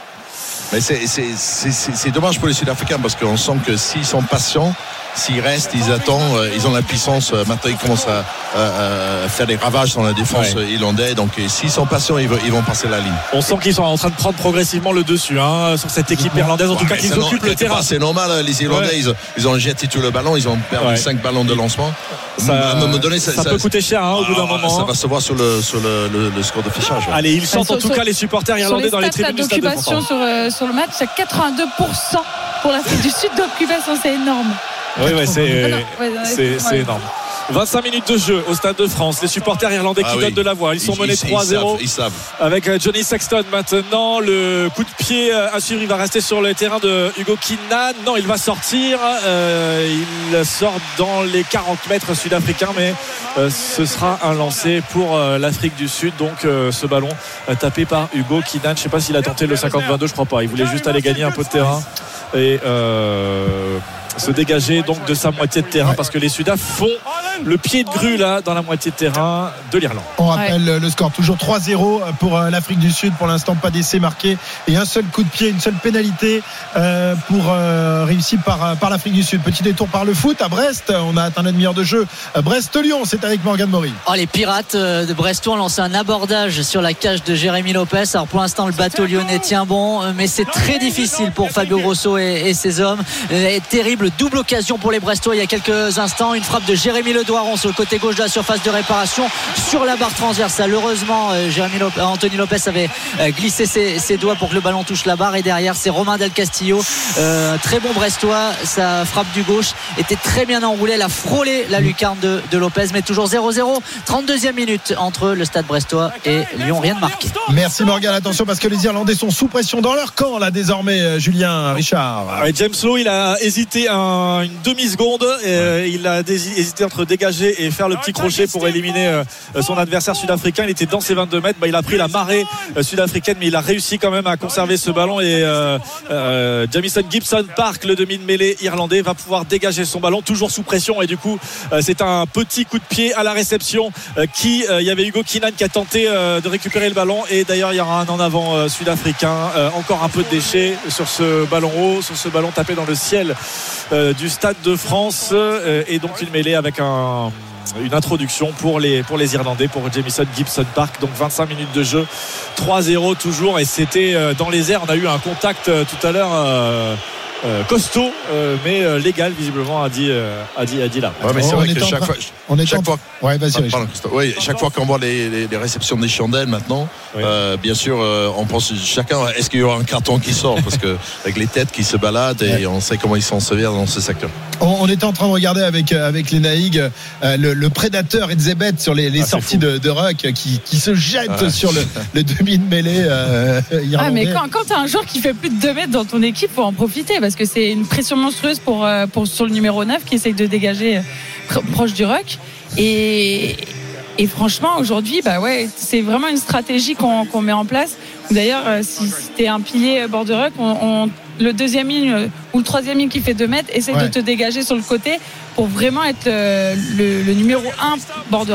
Mais c'est, c'est, c'est, c'est, c'est dommage pour les Sud-Africains parce qu'on sent que s'ils sont patients, s'ils restent, ils attendent, euh, ils ont la puissance. Euh, maintenant, ils commencent à, à, à faire des ravages dans la défense ouais. irlandaise. Donc, et s'ils sont patients, ils, ils vont passer la ligne. On sent qu'ils sont en train de prendre progressivement le dessus hein, sur cette équipe irlandaise. En ouais, tout cas, qu'ils occupent le terrain. Pas, c'est normal. Les Irlandais, ouais. ils, ils ont jeté tout le ballon. Ils ont perdu ouais. cinq ballons de lancement. Ça, à un moment donné, ça, ça, ça peut ça, coûter cher hein, au bout d'un moment. Ça va se voir sur le, sur le, le, le score de fichage. Ouais. Allez, ils sentent en tout cas les supporters irlandais dans les tribunes du Stade de France. Sur, euh, sur le match, c'est quatre-vingt-deux pour cent pour l'Afrique du Sud d'occupation. C'est énorme. Oui, ouais, c'est, non, ouais, c'est, c'est énorme. vingt-cinq minutes de jeu au Stade de France. Les supporters irlandais qui ah oui. donnent de la voix. Ils sont ils, menés ils, trois zéro. Ils savent, ils savent. Avec Johnny Sexton maintenant. Le coup de pied à suivre. Il va rester sur le terrain de Hugo Keenan. Non, il va sortir. Euh, il sort dans les quarante mètres sud-africains. Mais euh, ce sera un lancer pour euh, l'Afrique du Sud. Donc euh, ce ballon euh, tapé par Hugo Keenan. Je ne sais pas s'il a tenté le cinquante vingt-deux. Je ne crois pas. Il voulait juste aller gagner un peu de terrain. Et euh, se dégager donc de sa moitié de terrain ouais. parce que les Sudaf font le pied de grue là dans la moitié de terrain de l'Irlande. On rappelle ouais. le score toujours trois zéro pour l'Afrique du Sud. Pour l'instant, pas d'essai marqué et un seul coup de pied, une seule pénalité euh, pour euh, réussi par, par l'Afrique du Sud. Petit détour par le foot à Brest. On a atteint la demi-heure de jeu. Brest-Lyon, c'est avec Morgane Maury. Oh, les Pirates de Brestois ont lancé un abordage sur la cage de Jérémy Lopez. Alors pour l'instant, le bateau lyonnais tient bon, mais c'est très difficile pour Fabio Grosso et, et ses hommes. Et terrible double occasion pour les Brestois il y a quelques instants. Une frappe de Jérémy Ledoiron sur le côté gauche de la surface de réparation sur la barre transversale. Heureusement, Jérémy Lopez, Anthony Lopez avait glissé ses, ses doigts pour que le ballon touche la barre. Et derrière, c'est Romain Del Castillo. Euh, très bon Brestois. Sa frappe du gauche était très bien enroulée. Elle a frôlé la lucarne de, de Lopez. Mais toujours zéro zéro. trente-deuxième minute entre le Stade Brestois et Lyon. Rien de marqué. Merci Morgane. Attention parce que les Irlandais sont sous pression dans leur camp là désormais. Julien Richard. Ouais, James Lowe, il a hésité un une demi-seconde et ouais. il a hésité entre dégager et faire le petit crochet pour éliminer euh, son adversaire sud-africain. Il était dans ses vingt-deux mètres, bah, il a pris la marée euh, sud-africaine mais il a réussi quand même à conserver ce ballon et euh, euh, Jamison Gibson Park, le demi de mêlée irlandais, va pouvoir dégager son ballon toujours sous pression et du coup euh, c'est un petit coup de pied à la réception euh, qui euh, il y avait Hugo Keenan qui a tenté euh, de récupérer le ballon et d'ailleurs il y aura un en avant euh, sud-africain, euh, encore un peu de déchets sur ce ballon haut, sur ce ballon tapé dans le ciel euh, du Stade de France euh, et donc une mêlée avec un, une introduction pour les, pour les Irlandais, pour Jamison Gibson Park. Donc vingt-cinq minutes de jeu, trois zéro toujours et c'était euh, dans les airs. On a eu un contact euh, tout à l'heure euh, Euh, costaud euh, mais euh, légal visiblement a dit euh, a dit a dit là. Ouais, mais c'est vrai que chaque fois on est chaque fois ouais, vas-y, pardon, oui, chaque fois qu'on voit les, les, les réceptions des chandelles maintenant oui. euh, bien sûr euh, on pense chacun est-ce qu'il y aura un carton qui sort parce que avec les têtes qui se baladent et ouais. on sait comment ils s'en servent dans ce secteur. On, on était en train de regarder avec avec les Naïg euh, le, le prédateur Etzebeth sur les, les ah, sorties de, de ruck qui, qui se jette ah. sur le, le demi de mêlée euh, irlandais. Ah mais quand, quand tu as un joueur qui fait plus de deux mètres dans ton équipe, faut en profiter parce que c'est une pression monstrueuse pour, pour sur le numéro neuf qui essaye de dégager proche du ruck et, et franchement aujourd'hui bah ouais, c'est vraiment une stratégie qu'on, qu'on met en place. D'ailleurs si, si tu es un pilier bord de ruck, on, on, le deuxième ligne ou le troisième ligne qui fait deux mètres essaye ouais. de te dégager sur le côté pour vraiment être le, le, le numéro un bord de ruck.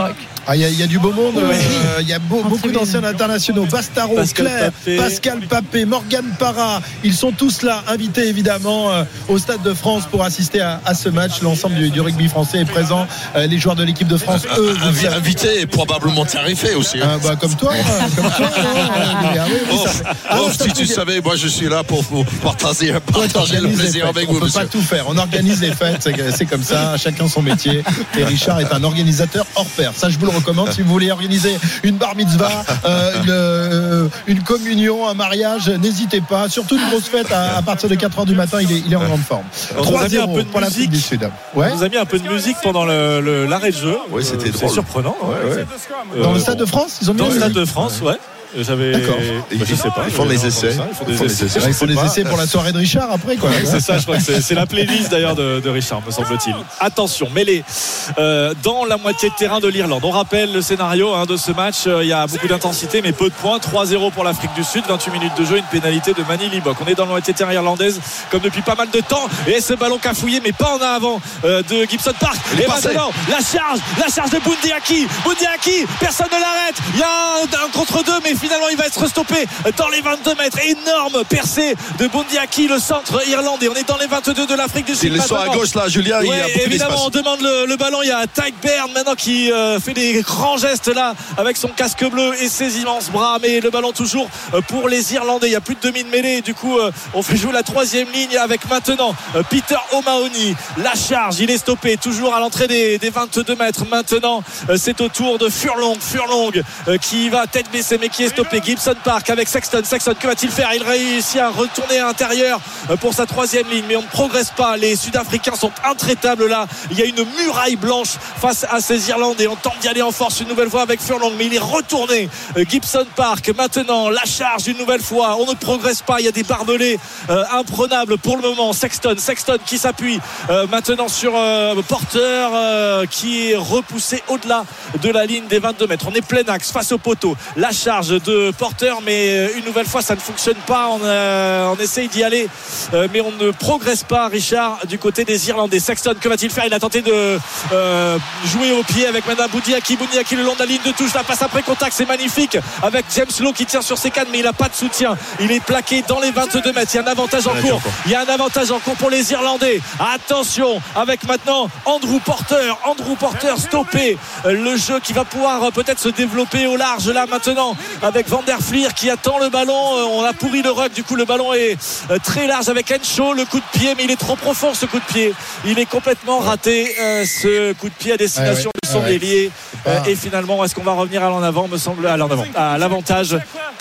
Ah, il y, y a du beau monde. Il Ouais. euh, y a beau, beaucoup d'anciens internationaux. Bastaro, Pascal Claire, Papé. Pascal Papé, Morgane Parra. Ils sont tous là, invités évidemment euh, au Stade de France pour assister à, à ce match. L'ensemble du, du rugby français est présent. Euh, les joueurs de l'équipe de France, eux, vous Invi- savez- Invité et probablement tarifé aussi. hein. Ah, bah, comme toi, hein, comme toi. hein. Ah oui, oui, Oh, ça- oh, Alors, si ça tu peut dire- savais, moi je suis là pour, pour partager, Ouais, partager le t'organises les plaisir fêtes. avec On vous, peut monsieur. pas tout faire. On organise les fêtes, c'est, c'est comme ça. Chacun son métier. Et Richard est un organisateur hors pair. Ça, je vous le recommande. Si vous voulez organiser une bar mitzvah, euh, une, euh, une communion, un mariage, n'hésitez pas. Surtout une grosse fête à, à partir de quatre heures du matin. Il est, il est en grande forme. On nous a mis un peu trois zéro de pour l'Afrique musique. du Sud. Ouais. On nous a mis un peu de musique pendant le, le- l'arrêt de jeu. Oui, c'était Euh, drôle. C'est surprenant. hein. Ouais, ouais. Euh, Dans le Stade de France, ils ont mis Dans la le Stade musique. de France, ouais. J'avais. D'accord. Bah, je sais pas. Ils font j'avais les entendu essais. ça. Ils font Ils font des les essais. essais. Je Il sais faut les pas. essais pour la soirée de Richard après, quoi. Ouais, c'est ça, je crois que c'est, c'est la playlist d'ailleurs de, de Richard, me semble-t-il. Attention, mêlée euh, dans la moitié de terrain de l'Irlande. On rappelle le scénario hein, de ce match. Euh, il y a beaucoup d'intensité, mais peu de points. trois zéro pour l'Afrique du Sud. vingt-huit minutes de jeu, une pénalité de Manny Libok. On est dans la moitié de terrain irlandaise comme depuis pas mal de temps. Et ce ballon cafouillé, mais pas en avant euh, de Gibson Park. Il est Et passé. maintenant, la charge, la charge de Bundiaki. Bundiaki, personne ne l'arrête. Il y a un, un contre deux, mais finalement il va être stoppé dans les vingt-deux mètres. Énorme percée de Bundiaki, le centre irlandais. On est dans les vingt-deux de l'Afrique du Sud. S'il est sur à Maintenant. gauche là, Julien, il y a Ouais, beaucoup évidemment, d'espace. on demande le, le ballon. Il y a Tyke Baird maintenant qui euh, fait des grands gestes là avec son casque bleu et ses immenses bras. Mais le ballon toujours euh, pour les Irlandais. Il y a plus de demi de mêlée. Du coup, euh, on fait jouer la troisième ligne avec maintenant euh, Peter O'Mahony. La charge, il est stoppé toujours à l'entrée des, des vingt-deux mètres. Maintenant, euh, c'est au tour de Furlong. Furlong euh, qui va tête baissée mais qui est stoppé. Gibson Park avec Sexton. Sexton, que va-t-il faire? Il réussit à retourner à l'intérieur euh, pour sa troisième ligne, mais on ne progresse pas. Les Sud-Africains sont intraitables là. Il y a une muraille blanche face à ces Irlandais. On tente d'y aller en force une nouvelle fois avec Furlong, mais il est retourné. Euh, Gibson Park maintenant, la charge une nouvelle fois. On ne progresse pas. Il y a des barbelés euh, imprenables pour le moment. Sexton, Sexton qui s'appuie euh, maintenant sur euh, Porter euh, qui est repoussé au-delà de la ligne des vingt-deux mètres. On est plein axe face au poteau. La charge de Porter, mais euh, une nouvelle fois ça ne fonctionne pas. On, euh, on essaye d'y aller, euh, mais on ne progresse pas, Richard, du côté des Irlandais. Sexton, que va-t-il faire? Il a tenté de euh, jouer au pied avec Madame Bundiaki. Bundiaki le long de la ligne de touche. La passe après contact, c'est magnifique avec James Lowe qui tient sur ses cannes, mais il n'a pas de soutien. Il est plaqué dans les vingt-deux mètres. Il y a un avantage en cours. Il y a un avantage en cours pour les Irlandais. Attention avec maintenant Andrew Porter. Andrew Porter stoppé. Le jeu qui va pouvoir euh, peut-être se développer au large là maintenant avec Van der Flier qui attend le ballon. Euh, On a pourri le ruck. Du coup, le ballon est euh, très large avec Henshaw. Le coup de pied, mais il est trop profond ce coup de pied. Il est complètement raté euh, ce coup de pied à destination Ouais, ouais. de son Ouais. ailier. pas- Euh, et finalement, est-ce qu'on va revenir à l'en avant? Me semble à l'en avant, à l'avantage.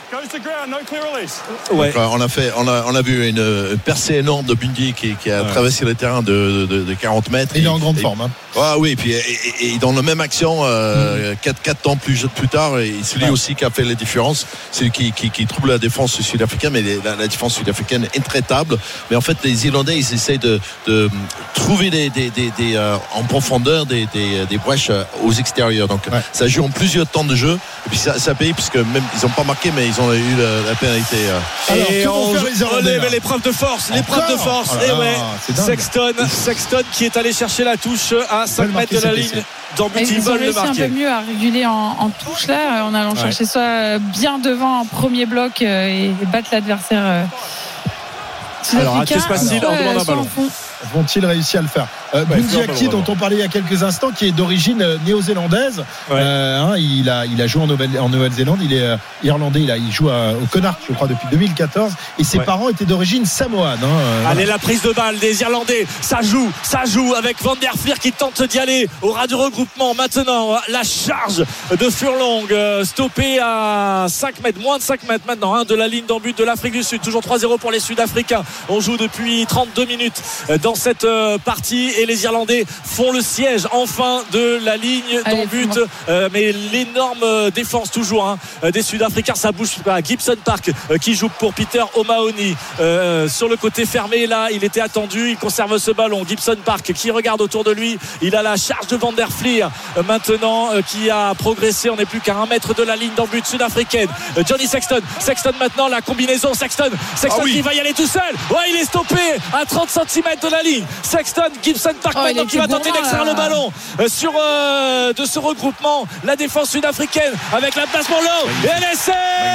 Ouais. Donc, on a fait, on a, on a vu une, une percée énorme de Bundy qui, qui a Ouais. traversé le terrain de, de, de quarante mètres. Il est Et- en grande et- forme. Hein. Ah oui, et puis et, et- et dans la même action, euh, quatre, quatre ans plus, plus tard, et c'est lui Ouais. aussi qui a fait les différences. C'est lui qui, qui, qui trouble la défense sud-africaine, mais les- la, la défense sud-africaine est intraitable. Mais en fait, les Irlandais, ils essayent de, de trouver des, des, des, des, euh, en profondeur des, des, des brèches euh, aux extérieurs. Donc Ouais. ça joue en plusieurs temps de jeu. Et puis ça, ça paye, puisque même ils n'ont pas marqué, mais ils ont eu la, la pénalité. euh. Alors, Et que vont on faire les Irlandais, relève là l'épreuve de force, l'épreuve de Encore force. Oh là Et là, ouais, c'est dingue. Sexton, Sexton qui est allé chercher la touche à cinq Veulent mètres de marquer la cet ligne. essai. Dans but, Et ils ils ont veulent le réussi un peu marquer. mieux à réguler en, en touche là, en allant Ouais. chercher soit euh, bien devant en premier bloc euh, et, et battre l'adversaire euh, Alors, à sud-africain, qui se passe-t-il? soit, On demande un euh, soit ballon. en fond. Vont-ils réussir à le faire? euh, Ouais, Bundiaki, ouais, ouais, ouais. dont on parlait il y a quelques instants, qui est d'origine euh, néo-zélandaise. Ouais. Euh, hein, il, a, il a joué en, Nouvelle, en Nouvelle-Zélande. Il est euh, irlandais. Il, a, il joue à- au Connacht, je crois, depuis deux mille quatorze. Et ses Ouais. parents étaient d'origine samoane. Hein, euh, Allez, la prise de balle des Irlandais, ça joue, ça joue avec Van der Flier qui tente d'y aller au ras du regroupement. Maintenant, la charge de Furlong, euh, stoppée à cinq mètres, moins de cinq mètres maintenant, hein, de la ligne d'en but de l'Afrique du Sud. Toujours trois zéro pour les Sud-Africains. On joue depuis trente-deux minutes euh, dans cette euh, partie et les Irlandais font le siège enfin de la ligne Allez, d'en but. c'est bon. Euh, mais l'énorme euh, défense toujours hein, euh, des Sud-Africains, ça bouge pas. Gibson Park euh, qui joue pour Peter O'Mahony euh, sur le côté fermé là, il était attendu, il conserve ce ballon. Gibson Park qui regarde autour de lui, il a la charge de Van der Flier euh, maintenant euh, qui a progressé, on n'est plus qu'à un mètre de la ligne d'en but sud-africaine. Euh, Johnny Sexton, Sexton maintenant la combinaison, Sexton, Sexton Ah oui. qui va y aller tout seul. Ouais, il est stoppé à trente centimètres de la ligne. Sexton, Gibson Macpherson Park Oh, maintenant il qui va était tenter gourmand, d'extraire là. le ballon euh, sur euh, de ce regroupement. La défense sud-africaine avec la place pour l'eau et l'essai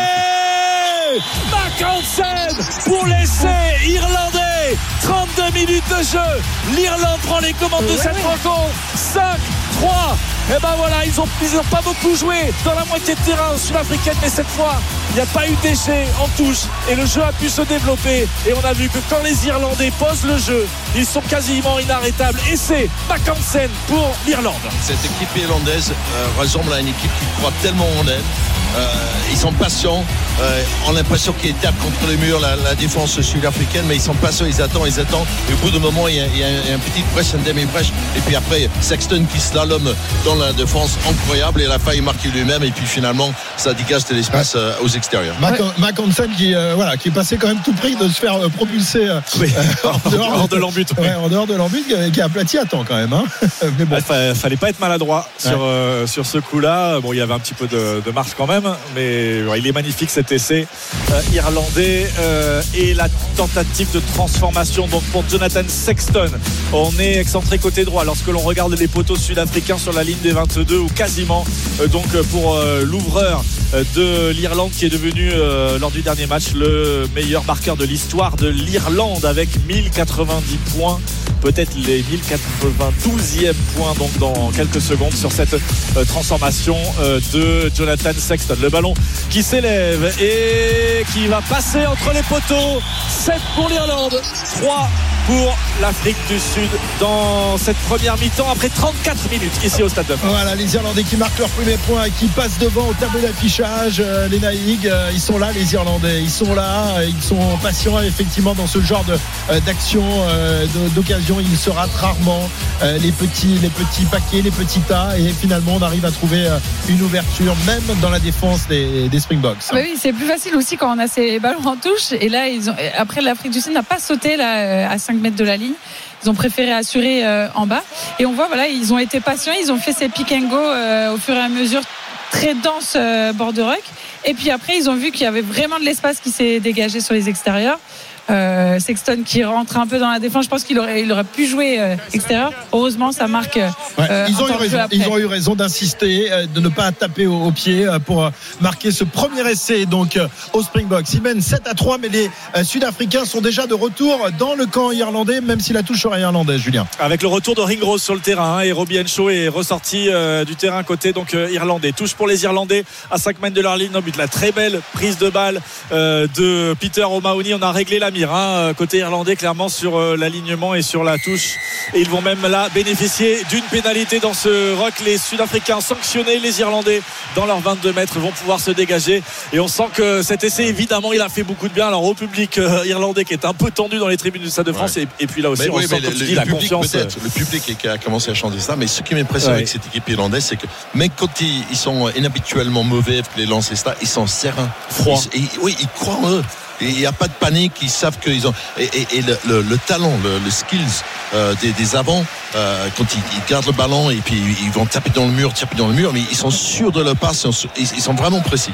Macpherson pour l'essai irlandais. Trente-deux minutes de jeu. L'Irlande prend les commandes de Ouais, cette ouais. rencontre. cinq trois. Et ben voilà, ils ont, ils ont pas beaucoup joué dans la moitié de terrain sud-africaine, mais cette fois, il n'y a pas eu de déchets en touche et le jeu a pu se développer. Et on a vu que quand les Irlandais posent le jeu, ils sont quasiment inarrêtables. Et c'est Macpherson pour l'Irlande. Cette équipe irlandaise euh, ressemble à une équipe qui croit tellement en elle. Euh, ils sont patients. Euh, on a l'impression qu'ils tapent contre le mur la, la défense sud-africaine, mais ils sont patients, ils attendent, ils attendent. Et au bout d'un moment, il y a, il y a un, un petit brèche, un demi-brèche. Et puis après, Sexton qui slalome dans la défense, incroyable. Et il a failli marquer lui-même. Et puis finalement, ça dégage de l'espace euh, aux extérieurs. Macpherson qui, euh, voilà, qui est passé quand même tout prix de se faire euh, propulser euh, Oui. euh, en dehors, Hors de l'embut. Oui. ouais, en dehors de l'embut, qui, qui a aplati à temps quand même. Hein. Mais bon. Il fa- fallait pas être maladroit sur, Ouais. euh, sur ce coup-là. Bon, il y avait un petit peu de, de marge quand même, mais ouais, il est magnifique cet essai euh, irlandais euh, et la tentative de transformation donc pour Jonathan Sexton. On est excentré côté droit lorsque l'on regarde les poteaux sud-africains sur la ligne des vingt-deux ou quasiment euh, donc pour euh, l'ouvreur euh, de l'Irlande qui est devenu euh, lors du dernier match le meilleur marqueur de l'histoire de l'Irlande avec mille quatre-vingt-dix points, peut-être les mille quatre-vingt-douzième points donc dans quelques secondes sur cette euh, transformation euh, de Jonathan Sexton. Le ballon qui s'élève et qui va passer entre les poteaux. sept pour l'Irlande, trois pour l'Afrique du Sud dans cette première mi-temps après trente-quatre minutes ici au Stade de France. Voilà, les Irlandais qui marquent leur premier point et qui passent devant au tableau d'affichage. Euh, les Naïgs, euh, ils sont là, les Irlandais. Ils sont là, euh, ils sont patients effectivement dans ce genre de, euh, d'action, euh, de, d'occasion. Ils se ratent rarement euh, les, petits, les petits paquets, les petits tas. Et finalement, on arrive à trouver euh, une ouverture, même dans la défense des, des Springboks. Ah bah oui, c'est plus facile aussi quand on a ces ballons en touche. Et là, ils ont, après, l'Afrique du Sud n'a pas sauté là, à cinq mètres de la ligne. Ils ont préféré assurer euh, en bas. Et on voit, voilà, ils ont été patients. Ils ont fait ces pick and go euh, au fur et à mesure, très dense euh, bord de ruck. Et puis après, ils ont vu qu'il y avait vraiment de l'espace qui s'est dégagé sur les extérieurs. Euh, Sexton qui rentre un peu dans la défense, je pense qu'il aurait, il aurait pu jouer euh, extérieur. Heureusement, ça marque. Euh, Ouais, ils, ont eu un peu raison, après. ils ont eu raison d'insister, euh, de ne pas taper au, au pied euh, pour euh, marquer ce premier essai donc euh, aux Springboks. Ils mènent sept à trois, mais les euh, Sud-Africains sont déjà de retour dans le camp irlandais, même si la touche serait irlandaise, Julien. Avec le retour de Ringrose sur le terrain hein, et Robbie Henshaw est ressorti euh, du terrain côté donc euh, irlandais. Touche pour les Irlandais à cinq mètres de leur ligne. Non, but la très belle prise de balle euh, de Peter O'Mahony. On a réglé la mire hein, côté irlandais clairement sur euh, l'alignement et sur la touche. Et ils vont même là bénéficier d'une pénalité dans ce rock. Les Sud-Africains sanctionnés, les Irlandais dans leurs vingt-deux mètres vont pouvoir se dégager. Et on sent que cet essai évidemment il a fait beaucoup de bien alors au public euh, irlandais qui est un peu tendu dans les tribunes du Stade de France ouais. et, et puis là aussi mais on oui, sent mais comme le, tu dis le la public, confiance peut-être, le public qui a commencé à chanter ça, mais ce qui m'impressionne ouais. avec cette équipe irlandaise c'est que même quand ils, ils sont inhabituellement mauvais avec les lancers ça, ils sont sereins, froids. Ils, ils, oui, ils croient en eux. Il n'y a pas de panique, ils savent qu'ils ont et, et, et le, le, le talent, le, le skills euh, des, des avants euh, quand ils, ils gardent le ballon et puis ils vont taper dans le mur, taper dans le mur, mais ils sont sûrs de leur passe, ils, ils sont vraiment précis.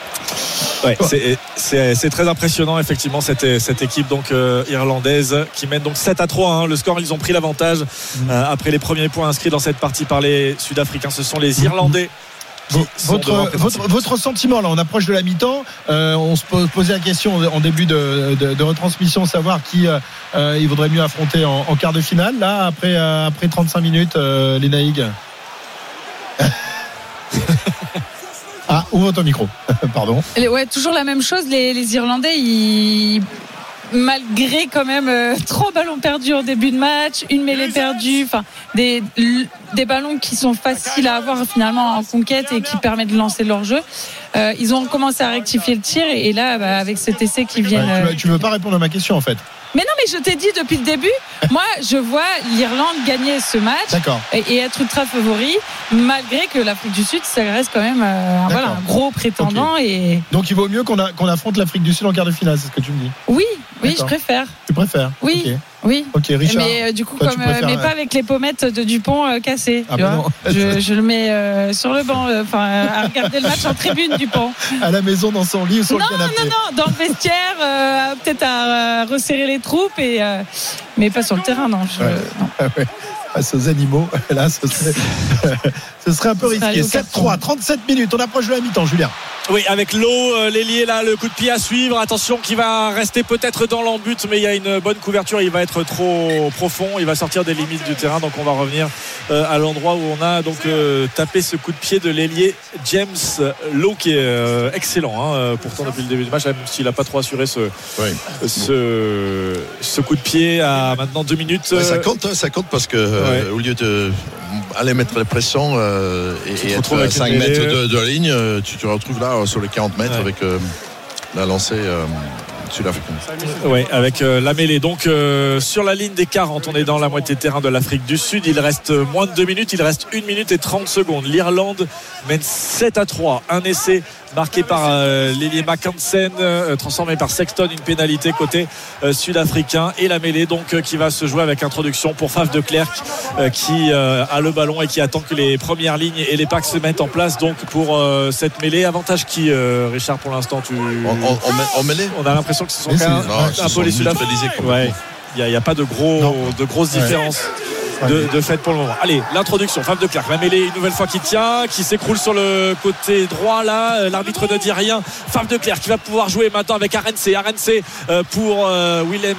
Ouais, c'est, c'est, c'est très impressionnant effectivement cette, cette équipe donc euh, irlandaise qui mène donc sept à trois hein. Le score ils ont pris l'avantage euh, après les premiers points inscrits dans cette partie par les Sud-Africains. Ce sont les Irlandais. Votre, votre, votre sentiment là, on approche de la mi-temps. Euh, on se posait la question en début de, de, de retransmission, savoir qui euh, il vaudrait mieux affronter en, en quart de finale. Là, après, euh, après trente-cinq minutes, euh, les Naïgs. Ah, ouvre ton micro. Pardon. Ouais, toujours la même chose. Les, les Irlandais, ils. Malgré quand même euh, trois ballons perdus en début de match, une mêlée perdue, enfin des, des ballons qui sont faciles à avoir finalement en conquête et qui permettent de lancer leur jeu. Euh, ils ont commencé à rectifier le tir et, et là, bah, avec cet essai qui vient. Ouais, tu, veux, tu veux pas répondre à ma question en fait. Mais non, mais je t'ai dit depuis le début, moi je vois l'Irlande gagner ce match et, et être ultra favori, malgré que l'Afrique du Sud, ça reste quand même euh, voilà, un gros prétendant. Okay. Et... Donc il vaut mieux qu'on, a, qu'on affronte l'Afrique du Sud en quart de finale, c'est ce que tu me dis? Oui, oui, D'accord. je préfère. Tu préfères? Oui. Okay. Oui. Ok, Richard. Mais euh, du coup, toi, comme, tu préfères, mais euh... pas avec les pommettes de Dupont euh, cassées. Ah tu bah vois je, je le mets euh, sur le banc, enfin euh, à regarder le match en tribune, Dupont. À la maison, dans son lit ou sur non, le canapé. Non, non, dans le vestiaire, euh, peut-être à euh, resserrer les troupes, et, euh, mais pas sur le terrain, non. Je, ouais. non. Ah ouais. Face aux animaux, là, ce serait, ce serait un peu risqué. sept trois, trente-sept minutes, on approche de la mi-temps, Julien. Oui, avec l'eau, euh, l'ailier là, le coup de pied à suivre. Attention, qui va rester peut-être dans l'embut, mais il y a une bonne couverture. Il va être trop profond. Il va sortir des limites du terrain. Donc on va revenir euh, à l'endroit où on a donc euh, tapé ce coup de pied de l'ailier James Lowe, qui est euh, excellent. Hein, pourtant depuis le début du match, même s'il n'a pas trop assuré ce, oui. ce, ce coup de pied à maintenant deux minutes. Ouais, ça compte, ça compte parce que euh, ouais. au lieu de aller mettre la pression euh, et, et être à cinq mètres de, de la ligne, tu te retrouves là sur les quarante mètres ouais. avec euh, la lancée euh, sud-africaine. Oui, avec euh, la mêlée. Donc euh, sur la ligne des quarante, on est dans la moitié de terrain de l'Afrique du Sud. Il reste moins de deux minutes, il reste une minute et trente secondes. L'Irlande mène sept à trois. Un essai marqué par euh, l'ailier Mackensen, euh, transformé par Sexton, une pénalité côté euh, sud-africain, et la mêlée donc euh, qui va se jouer avec introduction pour Faf de Klerk euh, qui euh, a le ballon et qui attend que les premières lignes et les packs se mettent en place donc pour euh, cette mêlée. Avantage qui euh, Richard pour l'instant tu... en, en, en mêlée on a l'impression que ce sont quand même un, un peu les sud-africains. Ouais. Il n'y a, a pas de, gros, de grosses ouais. différences de, de fait pour le moment. Allez, l'introduction, Faf de Klerk, la mêlée une nouvelle fois qui tient, qui s'écroule sur le côté droit là, l'arbitre ne dit rien. Faf de Klerk qui va pouvoir jouer maintenant avec Arendse, Arendse euh, pour euh, Willem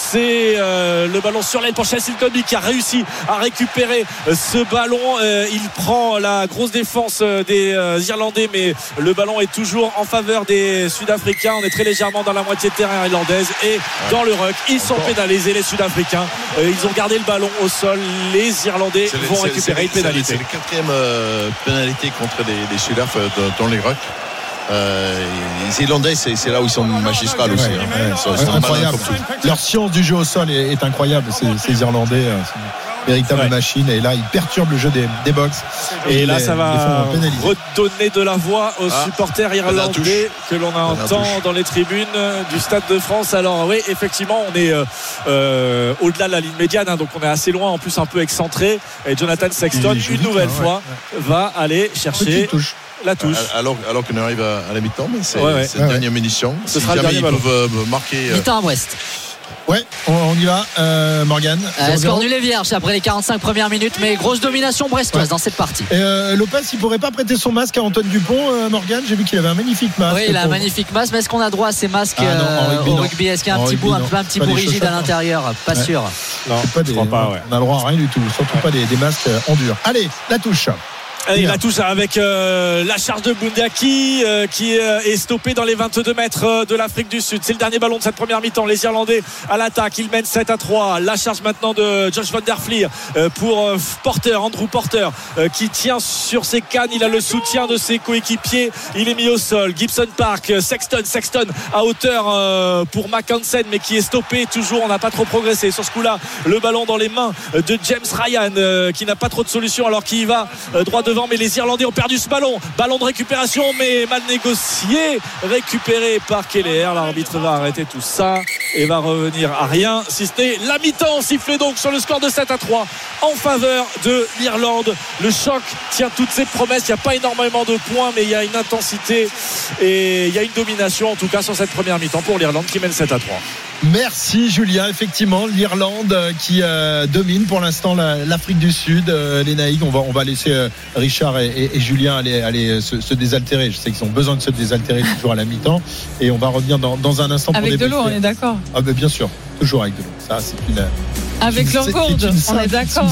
C, euh, le ballon sur l'aile pour Chelsea Colby qui a réussi à récupérer euh, ce ballon. Euh, il prend la grosse défense euh, des euh, Irlandais, mais le ballon est toujours en faveur des Sud-Africains. On est très légèrement dans la moitié de terrain irlandaise et dans le ruck, ils sont pénalisés les Sud-Africains. Euh, ils ont gardé le ballon au sol. Les Irlandais c'est vont les, récupérer c'est, une pénalité. C'est, c'est la quatrième euh, pénalité contre les, les Sud-Africains euh, dans les rucks. Euh, les Irlandais, c'est, c'est là où ils sont magistrales aussi. Ouais, hein. ouais, ils sont, ouais, incroyable. Leur science du jeu au sol est, est incroyable. Ces, ces Irlandais, c'est une véritable ouais. machine. Et là, ils perturbent le jeu des, des box. Et, et là, les, ça va redonner de la voix aux ah, supporters irlandais que l'on entend dans les tribunes du Stade de France. Alors oui, effectivement, on est euh, euh, au-delà de la ligne médiane, hein, donc on est assez loin, en plus un peu excentré. Et Jonathan Sexton, une vite, nouvelle hein, fois, ouais. va aller chercher la touche. Alors, alors qu'on arrive à, à la mi-temps, mais c'est, ouais, ouais. c'est la ouais, dernière ouais. munition. Ce si sera jamais le ils ballon. peuvent euh, marquer. Mi-temps à Brest. Ouais, on, on y va, euh, Morgane. Euh, score nul et vierge après les quarante-cinq premières minutes, mais grosse domination brestoise ouais. dans cette partie. Et euh, Lopez, il pourrait pas prêter son masque à Antoine Dupont, euh, Morgane. J'ai vu qu'il avait un magnifique masque. Oui, il a un magnifique masque, mais est-ce qu'on a droit à ces masques ah, non, euh, rugby, au rugby? Est-ce qu'il y a un en petit rugby, bout, un, un petit bout rigide à l'intérieur? Pas ouais. sûr. Non, pas des, pas, ouais. On a le droit à rien du tout, surtout ouais. pas des, des masques en dur. Allez, la touche. Et la touche avec euh, la charge de Bundaki euh, qui euh, est stoppée dans les vingt-deux mètres euh, de l'Afrique du Sud. C'est le dernier ballon de cette première mi-temps. Les Irlandais à l'attaque, ils mènent sept à trois. La charge maintenant de Josh Van Der Flier euh, pour euh, Porter, Andrew Porter euh, qui tient sur ses cannes. Il a le soutien de ses coéquipiers. Il est mis au sol. Gibson Park, Sexton, Sexton à hauteur euh, pour Mackensen, mais qui est stoppé toujours. On n'a pas trop progressé sur ce coup-là. Le ballon dans les mains de James Ryan euh, qui n'a pas trop de solution alors qu'il va euh, droit devant. Mais les Irlandais ont perdu ce ballon. Ballon de récupération, mais mal négocié. Récupéré par Keller. L'arbitre va arrêter tout ça et va revenir à rien, si ce n'est la mi-temps. Sifflé donc sur le score de sept à trois en faveur de l'Irlande. Le choc tient toutes ses promesses. Il n'y a pas énormément de points, mais il y a une intensité et il y a une domination, en tout cas, sur cette première mi-temps pour l'Irlande qui mène sept à trois. Merci Julien, effectivement l'Irlande qui euh, domine pour l'instant la, l'Afrique du Sud, euh, les Naïcs. On va, on va laisser euh, Richard et, et, et Julien aller, aller se, se désaltérer. Je sais qu'ils ont besoin de se désaltérer toujours à la mi-temps et on va revenir dans, dans un instant avec pour de l'eau, on est d'accord. Ah ben bien sûr, toujours avec de l'eau. Ça c'est une avec leur gourde, on est d'accord.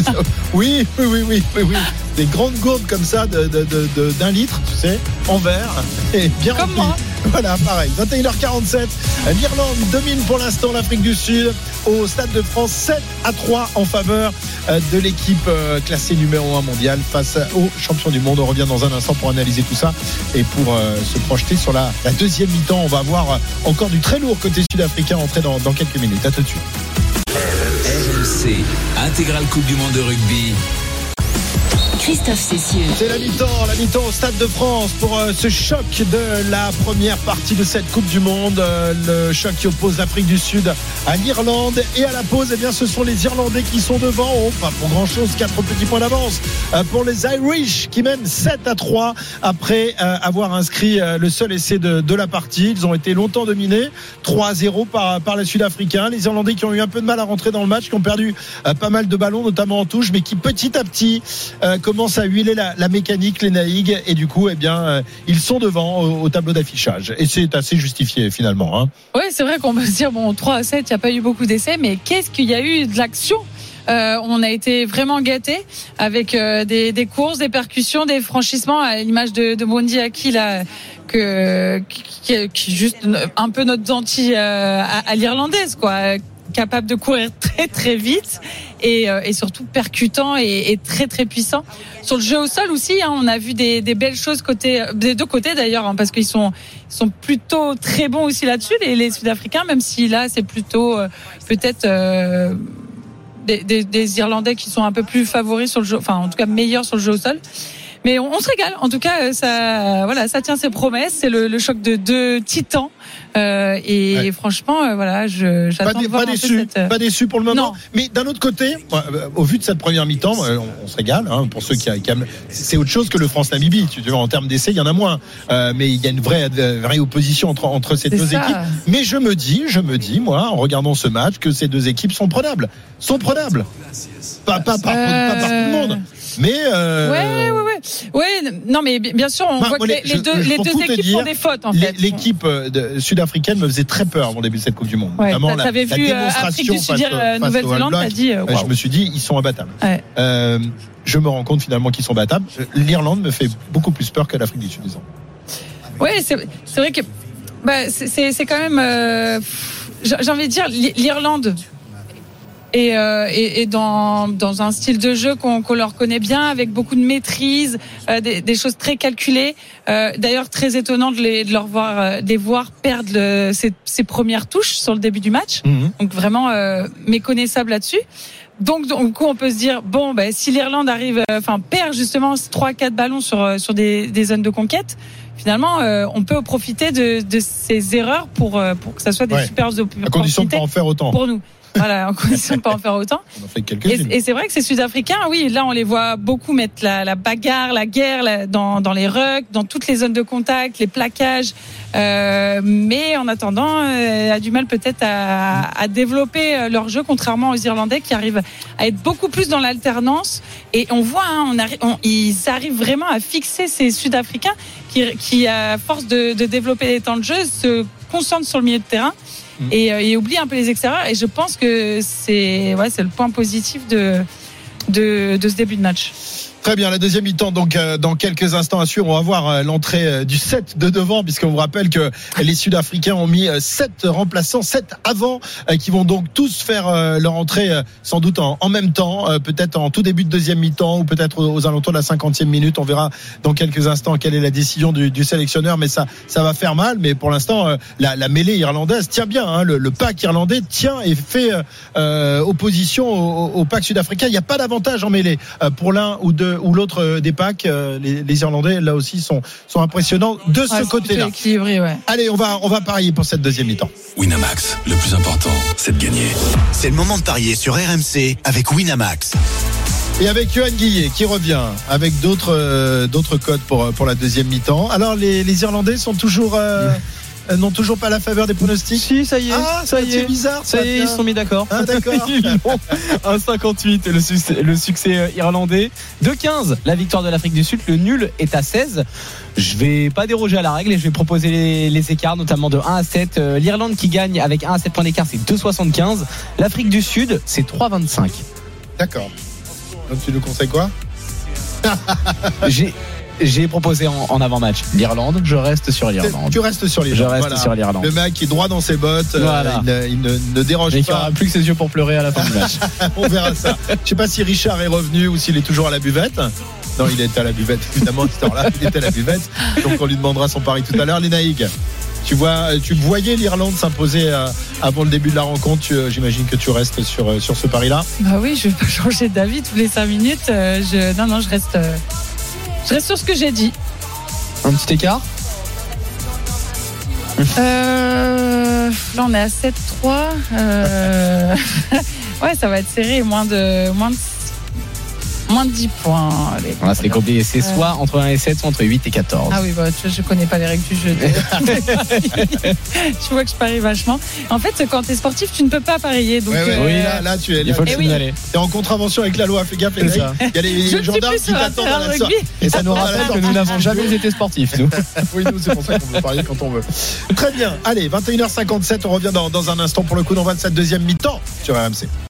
Oui, oui, oui, oui, oui, oui. Des grandes gourdes comme ça de, de, de, de, d'un litre, tu sais, en verre et bien comme rempli. Moi. Voilà, pareil. vingt et une heures quarante-sept. L'Irlande domine pour l'instant l'Afrique du Sud au Stade de France, sept à trois en faveur de l'équipe classée numéro un mondiale face aux champions du monde. On revient dans un instant pour analyser tout ça et pour euh, se projeter sur la, la deuxième mi-temps. On va avoir encore du très lourd côté sud-africain entrer dans, dans quelques minutes. À tout de suite. R M C, intégrale Coupe du Monde de rugby. Christophe Cessieux. C'est la mi-temps, la mi-temps au Stade de France pour euh, ce choc de la première partie de cette Coupe du Monde. Euh, le choc qui oppose l'Afrique du Sud à l'Irlande. Et à la pause, eh bien, ce sont les Irlandais qui sont devant. Oh, pas pour grand-chose, quatre petits points d'avance euh, pour les Irish qui mènent sept à trois après euh, avoir inscrit euh, le seul essai de, de la partie. Ils ont été longtemps dominés, trois à zéro par, par les Sud-Africains. Les Irlandais qui ont eu un peu de mal à rentrer dans le match, qui ont perdu euh, pas mal de ballons, notamment en touche, mais qui petit à petit euh, commencent à huiler la, la mécanique, les Naïgs, et du coup, eh bien, euh, ils sont devant au, au tableau d'affichage. Et c'est assez justifié finalement. Hein. Oui, c'est vrai qu'on peut se dire, bon, trois à sept, il n'y a pas eu beaucoup d'essais, mais qu'est-ce qu'il y a eu de l'action? Euh, on a été vraiment gâtés avec euh, des, des courses, des percussions, des franchissements, à l'image de, de Bondi Aki là, que qui est juste un peu notre dentille euh, à, à l'irlandaise, quoi, capable de courir très très vite et, euh, et surtout percutant et, et très très puissant. Sur le jeu au sol aussi, hein, on a vu des, des belles choses côté des deux côtés d'ailleurs, hein, parce qu'ils sont ils sont plutôt très bons aussi là-dessus, les, les Sud-Africains, même si là c'est plutôt euh, peut-être euh, Des, des, des Irlandais qui sont un peu plus favoris sur le jeu, enfin en tout cas meilleurs sur le jeu au sol. Mais on, on se régale. En tout cas, ça, voilà, ça tient ses promesses. C'est le, le choc de deux titans. Euh, et ouais. franchement, euh, voilà, je, j'attends pas, de voir pas un déçu, peu cette... pas déçu pour le moment. Non. Mais d'un autre côté, euh, au vu de cette première mi-temps, euh, on, on se régale. Hein, pour ceux qui, qui aiment, c'est autre chose que le France-Namibie. Tu vois, en termes d'essais, il y en a moins. Euh, mais il y a une vraie, vraie opposition entre entre ces c'est deux ça. équipes. Mais je me dis, je me dis, moi, en regardant ce match, que ces deux équipes sont prenables, sont prenables. Pas pas par, euh... pas par tout le monde. Mais euh... ouais, ouais, ouais, ouais. Non, mais bien sûr, on bah, voit que les, les deux, je, les deux équipes dire, font des fautes. En fait, l'équipe de, sud-africaine me faisait très peur au début de cette Coupe du Monde. Ouais, Notamment la, la vu démonstration Afrique du Sud, face, Nouvelle-Zélande, t'as dit. Wow. Je me suis dit, ils sont imbattables. Ouais. Euh, je me rends compte finalement qu'ils sont battables. L'Irlande me fait beaucoup plus peur que l'Afrique du Sud. Oui, c'est, c'est vrai que bah, c'est, c'est, c'est quand même. Euh, j'ai envie de dire, l'Irlande. Et, euh, et, et dans, dans un style de jeu qu'on, qu'on leur connaît bien, avec beaucoup de maîtrise, euh, des, des choses très calculées. Euh, d'ailleurs, très étonnant de les, de leur voir, euh, de les voir perdre le, ces, ces premières touches sur le début du match. Mmh. Donc vraiment euh, méconnaissable là-dessus. Donc, du coup, on peut se dire bon, ben, si l'Irlande arrive, enfin, euh, perd justement trois, quatre ballons sur sur des, des zones de conquête. Finalement, euh, on peut profiter de, de ces erreurs pour euh, pour que ça soit des ouais. super opportunités. À condition de pas en faire autant. Pour nous. Voilà, en condition de pas en faire autant. On en fait quelques-unes. Et, et c'est vrai que ces Sud-Africains, oui, là on les voit beaucoup mettre la, la bagarre, la guerre la, dans, dans les rucks, dans toutes les zones de contact, les plaquages. Euh, mais en attendant, euh, a du mal peut-être à, à développer leur jeu, contrairement aux Irlandais qui arrivent à être beaucoup plus dans l'alternance. Et on voit, hein, on arri- on, ils arrivent vraiment à fixer ces Sud-Africains qui, qui à force de, de développer les temps de jeu, se concentrent sur le milieu de terrain. Et, euh, et oublie un peu les extérieurs, et je pense que c'est ouais, c'est le point positif de, de, de ce début de match. Très bien, la deuxième mi-temps, donc euh, dans quelques instants à suivre, on va voir euh, l'entrée euh, du sept de devant, puisqu'on vous rappelle que les Sud-Africains ont mis euh, sept remplaçants, sept avant, euh, qui vont donc tous faire euh, leur entrée euh, sans doute en, en même temps, euh, peut-être en tout début de deuxième mi-temps ou peut-être aux, aux alentours de la cinquantième minute. On verra dans quelques instants quelle est la décision du, du sélectionneur, mais ça, ça va faire mal. Mais pour l'instant, euh, la, la mêlée irlandaise tient bien, hein, le, le pack irlandais tient et fait euh, opposition au, au pack sud-africain. Il n'y a pas d'avantage en mêlée euh, pour l'un ou deux ou l'autre des packs. Les, les Irlandais là aussi sont, sont impressionnants de ce ouais, côté-là. Équilibré, ouais. Allez, on va, on va parier pour cette deuxième mi-temps. Winamax, le plus important, c'est de gagner. C'est le moment de parier sur R M C avec Winamax. Et avec Johan Guillet qui revient avec d'autres, euh, d'autres codes pour, pour la deuxième mi-temps. Alors les, les Irlandais sont toujours... Euh, n'ont toujours pas la faveur des pronostics. Si, ça y est. Ah, ça y est. C'est bizarre. Ça, ça y est, ils se sont mis d'accord. Ah, d'accord. un cinquante-huit le succès, le succès irlandais. deux quinze la victoire de l'Afrique du Sud. Le nul est à seize. Je vais pas déroger à la règle et je vais proposer les, les écarts, notamment de un à sept. Euh, L'Irlande qui gagne avec un à sept points d'écart, c'est deux soixante-quinze. L'Afrique du Sud, c'est trois vingt-cinq. D'accord. Donc tu nous conseilles quoi? J'ai J'ai proposé en, en avant-match l'Irlande. Je reste sur l'Irlande. Tu restes sur l'Irlande. Je reste voilà. sur l'Irlande. Le mec qui est droit dans ses bottes. Voilà. Euh, il, il ne, ne dérange mais pas. Il n'y aura plus que ses yeux pour pleurer à la fin du match. On verra ça. Je ne sais pas si Richard est revenu ou s'il est toujours à la buvette. Non, il est à la buvette. Évidemment, à cette heure-là, il était à la buvette. Donc on lui demandera son pari tout à l'heure. Les Naïgs, tu vois, tu voyais l'Irlande s'imposer euh, avant le début de la rencontre. Tu, euh, j'imagine que tu restes sur, euh, sur ce pari-là. Bah oui, je vais pas changer d'avis tous les cinq minutes. Euh, je, non, non, je reste, euh, je reste sur ce que j'ai dit. Un petit écart. Euh, là, on est à sept trois. Euh, ouais, ça va être serré. Moins de, moins de, moins de dix points. Allez, voilà, c'est compliqué. C'est euh... soit entre un et sept, soit entre huit et quatorze. Ah oui, bah, tu vois, je connais pas les règles du jeu. Tu vois que je parie vachement. En fait, quand tu es sportif, tu ne peux pas parier. Donc, ouais, ouais, euh... oui, là, là, tu es. Il faut le signaler. Tu es en contravention avec la loi. Fais gaffe, les gars. Il y a les, les gendarmes qui t'attendent à la sortie. Et ça nous rappelle que nous n'avons jamais été sportifs, nous. Oui, nous, c'est pour ça qu'on veut parier quand on veut. Très bien. Allez, vingt et une heures cinquante-sept. On revient dans, dans un instant pour le coup d'envoi de cette deuxième mi-temps sur R M C.